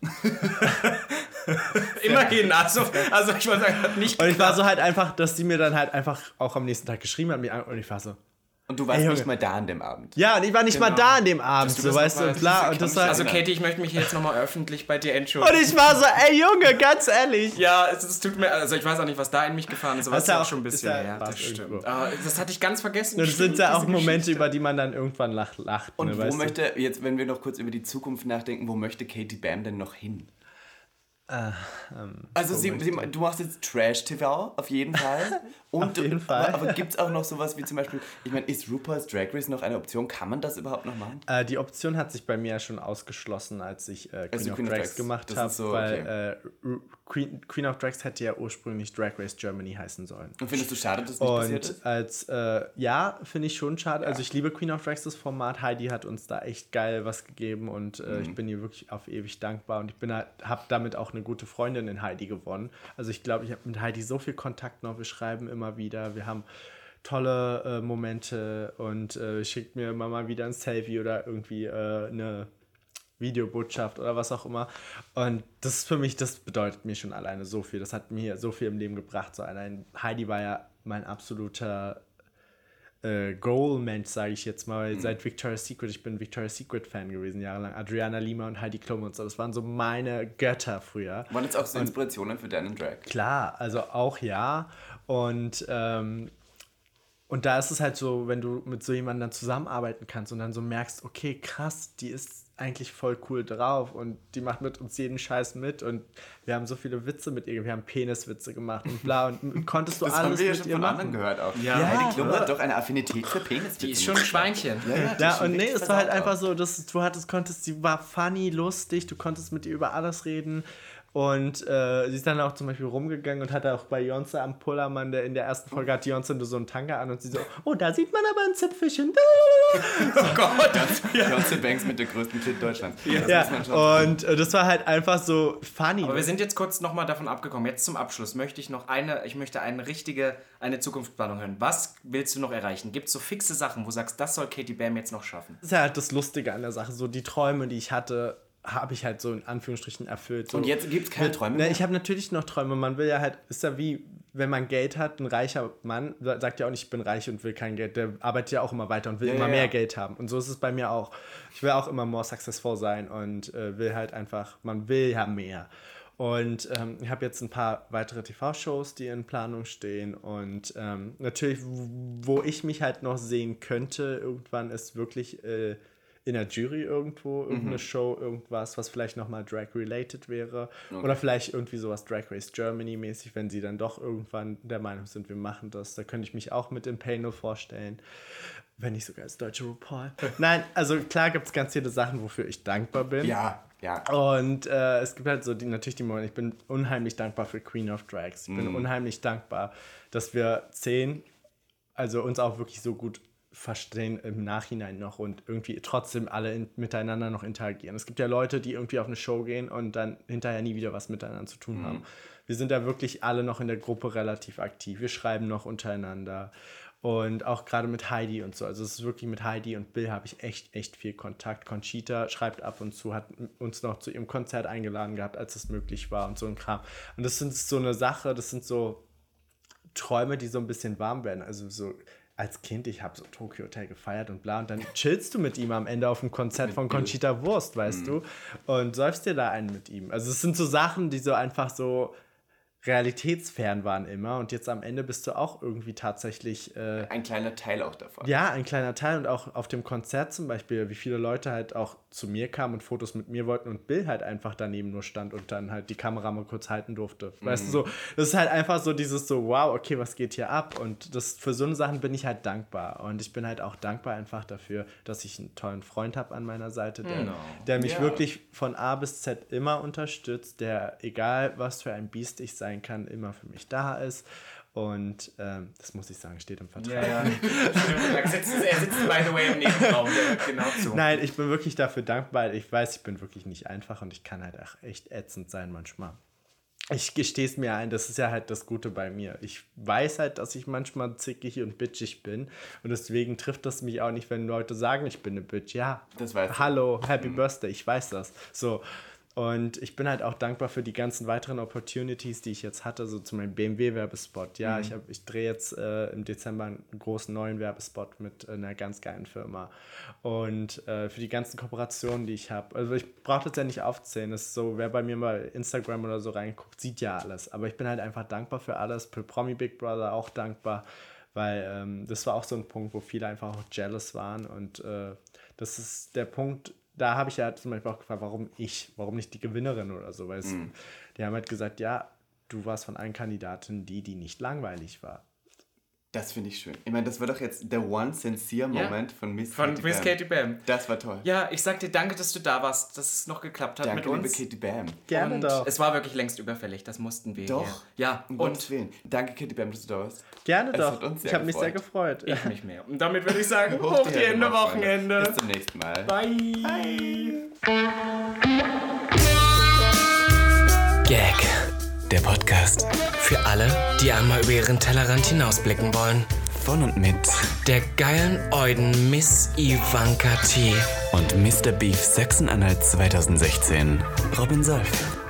Immerhin, also, also ich muss sagen, hat nicht Und ich war so halt einfach, dass die mir dann halt einfach auch am nächsten Tag geschrieben hat und ich war so, und du warst Ey, nicht mal da an dem Abend. Ja, und ich war nicht genau. mal da an dem Abend, so weißt du, und klar. Und das war, also Katie, ich möchte mich jetzt nochmal öffentlich bei dir entschuldigen. Und ich war so, ey Junge, ganz ehrlich. Ja, es, es tut mir, also ich weiß auch nicht, was da in mich gefahren ist, aber es ist ja auch schon ein bisschen ja her. Das stimmt. Aber das hatte ich ganz vergessen. Und das sind ja auch Momente, Geschichte. über die man dann irgendwann lacht. lacht und ne, wo weißt möchte, du? jetzt wenn wir noch kurz über die Zukunft nachdenken, wo möchte Katie Bam denn noch hin? Uh, um, also sie, sie, du machst jetzt Trash-T V auf jeden Fall. Und auf jeden Fall. Aber, aber gibt es auch noch sowas wie zum Beispiel, ich meine, ist RuPaul's Drag Race noch eine Option? Kann man das überhaupt noch machen? Uh, die Option hat sich bei mir ja schon ausgeschlossen, als ich uh, Queen, also of, Queen of Drags, Drags gemacht habe, so, weil okay. uh, Queen, Queen of Drags hätte ja ursprünglich Drag Race Germany heißen sollen. Und findest du schade, dass das nicht und passiert ist? Als, uh, ja, finde ich schon schade. Ja. Also ich liebe Queen of Drags, das Format. Heidi hat uns da echt geil was gegeben und uh, mhm. ich bin ihr wirklich auf ewig dankbar und ich bin halt, habe damit auch eine gute Freundin in Heidi gewonnen. Also ich glaube, ich habe mit Heidi so viel Kontakt noch. Wir schreiben immer wieder. Wir haben tolle äh, Momente und äh, schickt mir immer mal wieder ein Selfie oder irgendwie äh, eine Videobotschaft oder was auch immer. Und das ist für mich, das bedeutet mir schon alleine so viel. Das hat mir so viel im Leben gebracht. So allein Heidi war ja mein absoluter Goal-Mensch, sage ich jetzt mal, mhm. seit Victoria's Secret. Ich bin Victoria's Secret-Fan gewesen, jahrelang. Adriana Lima und Heidi Klum und so. Das waren so meine Götter früher. Waren jetzt auch so Inspirationen für deinen Drag? Klar, also auch ja. Und, ähm, und da ist es halt so, wenn du mit so jemandem dann zusammenarbeiten kannst und dann so merkst, okay, krass, die ist eigentlich voll cool drauf und die macht mit uns jeden Scheiß mit und wir haben so viele Witze mit ihr, wir haben Peniswitze gemacht und bla und konntest du das alles mit ihr machen. Das haben wir ja schon von anderen gehört auch. Ja, ja, Heidi Klum hat doch eine Affinität für Peniswitze. Die ist schon ein Schweinchen. Ja, ja, ja und nee, es war halt einfach so, dass du hattest, konntest, sie war funny, lustig, du konntest mit ihr über alles reden. Und äh, sie ist dann auch zum Beispiel rumgegangen und hat auch bei Beyoncé am Pullermann, der in der ersten Folge hat Beyoncé nur so einen Tanga an und sie so, oh, da sieht man aber ein Zipfelchen. Oh Gott, Beyoncé Banks mit der größten Kid Deutschlands. Ja, ja. Und äh, das war halt einfach so funny. Aber wir sind jetzt kurz nochmal davon abgekommen. Jetzt zum Abschluss möchte ich noch eine, ich möchte eine richtige, eine Zukunftsplanung hören. Was willst du noch erreichen? Gibt es so fixe Sachen, wo du sagst, das soll Katie Bam jetzt noch schaffen? Das ist ja halt das Lustige an der Sache. So die Träume, die ich hatte, habe ich halt so in Anführungsstrichen erfüllt. So. Und jetzt gibt es keine Träume mehr? Ich habe natürlich noch Träume. Man will ja halt, ist ja wie, wenn man Geld hat, ein reicher Mann sagt ja auch nicht, ich bin reich und will kein Geld. Der arbeitet ja auch immer weiter und will ja, immer ja, mehr ja. Geld haben. Und so ist es bei mir auch. Ich will auch immer more successful sein und äh, will halt einfach, man will ja mehr. Und ähm, ich habe jetzt ein paar weitere T V-Shows, die in Planung stehen. Und ähm, natürlich, wo ich mich halt noch sehen könnte, irgendwann ist wirklich äh, in der Jury irgendwo, irgendeine mhm. Show, irgendwas, was vielleicht nochmal Drag-related wäre. Okay. Oder vielleicht irgendwie sowas Drag Race Germany-mäßig, wenn sie dann doch irgendwann der Meinung sind, wir machen das. Da könnte ich mich auch mit im Panel vorstellen. Wenn nicht sogar als deutsche RuPaul. Nein, also klar gibt es ganz viele Sachen, wofür ich dankbar bin. Ja, ja. Und äh, es gibt halt so die, natürlich die Momente, ich bin unheimlich dankbar für Queen of Drags. Ich mhm. bin unheimlich dankbar, dass wir zehn, also uns auch wirklich so gut verstehen im Nachhinein noch und irgendwie trotzdem alle in, miteinander noch interagieren. Es gibt ja Leute, die irgendwie auf eine Show gehen und dann hinterher nie wieder was miteinander zu tun mhm. haben. Wir sind da wirklich alle noch in der Gruppe relativ aktiv. Wir schreiben noch untereinander und auch gerade mit Heidi und so. Also es ist wirklich mit Heidi und Bill habe ich echt, echt viel Kontakt. Conchita schreibt ab und zu, hat uns noch zu ihrem Konzert eingeladen gehabt, als es möglich war und so ein Kram. Und das sind so eine Sache, das sind so Träume, die so ein bisschen warm werden. Also so als Kind, ich habe so Tokyo Hotel gefeiert und bla und dann chillst du mit ihm am Ende auf dem Konzert von Conchita Wurst, weißt mhm. du, und säufst dir da einen mit ihm. Also es sind so Sachen, die so einfach so realitätsfern waren immer und jetzt am Ende bist du auch irgendwie tatsächlich... Äh, ein kleiner Teil auch davon. Ja, ein kleiner Teil und auch auf dem Konzert zum Beispiel, wie viele Leute halt auch zu mir kamen und Fotos mit mir wollten und Bill halt einfach daneben nur stand und dann halt die Kamera mal kurz halten durfte. Mhm. Weißt du, so, das ist halt einfach so dieses so, wow, okay, was geht hier ab? Und das, für so eine Sachen bin ich halt dankbar und ich bin halt auch dankbar einfach dafür, dass ich einen tollen Freund habe an meiner Seite, der, no. der mich yeah. wirklich von A bis Z immer unterstützt, der, egal was für ein Biest ich sein kann, immer für mich da ist. Und ähm, das muss ich sagen, steht im Vertrag. Ja, ja. er, sitzt, er sitzt, by the way, im Nebenraum. Genau so. Nein, ich bin wirklich dafür dankbar. Ich weiß, ich bin wirklich nicht einfach und ich kann halt auch echt ätzend sein manchmal. Ich gestehe es mir ein, das ist ja halt das Gute bei mir. Ich weiß halt, dass ich manchmal zickig und bitchig bin und deswegen trifft das mich auch nicht, wenn Leute sagen, ich bin eine Bitch. Ja, das weiß hallo, Happy mhm. Birthday, ich weiß das. So. Und ich bin halt auch dankbar für die ganzen weiteren Opportunities, die ich jetzt hatte, so zum Beispiel B M W-Werbespot. Ja, mhm. ich, hab, ich drehe jetzt äh, im Dezember einen großen neuen Werbespot mit äh, einer ganz geilen Firma. Und äh, für die ganzen Kooperationen, die ich habe. Also ich brauche das ja nicht aufzählen. Das ist so, wer bei mir mal Instagram oder so reinguckt, sieht ja alles. Aber ich bin halt einfach dankbar für alles. Für Promi Big Brother auch dankbar, weil ähm, das war auch so ein Punkt, wo viele einfach auch jealous waren. Und äh, das ist der Punkt, da habe ich ja zum Beispiel auch gefragt, warum ich, warum nicht die Gewinnerin oder so, weil mm. die haben halt gesagt, ja, du warst von allen Kandidaten die, die nicht langweilig war. Das finde ich schön. Ich meine, das war doch jetzt der one sincere Moment ja. von Miss von Katie Miss Bam. Katie Bam. Das war toll. Ja, ich sag dir danke, dass du da warst, dass es noch geklappt hat danke, mit uns. Danke, liebe Katie Bam. Gerne und doch. Es war wirklich längst überfällig, das mussten wir. Doch. Hier. Ja, um und Gottes Willen. Danke, Katie Bam, dass du da warst. Gerne es doch. Ich habe mich sehr gefreut. Ich mich mehr. Und damit würde ich sagen, hoch, hoch die Hände, Wochenende. Bis zum nächsten Mal. Bye. Bye. Gag. Der Podcast. Für alle, die einmal über ihren Tellerrand hinausblicken wollen. Von und mit der geilen Euden Miss Ivanka T. und Mister Beef Sachsen-Anhalt zwanzig sechzehn, Robin Solf.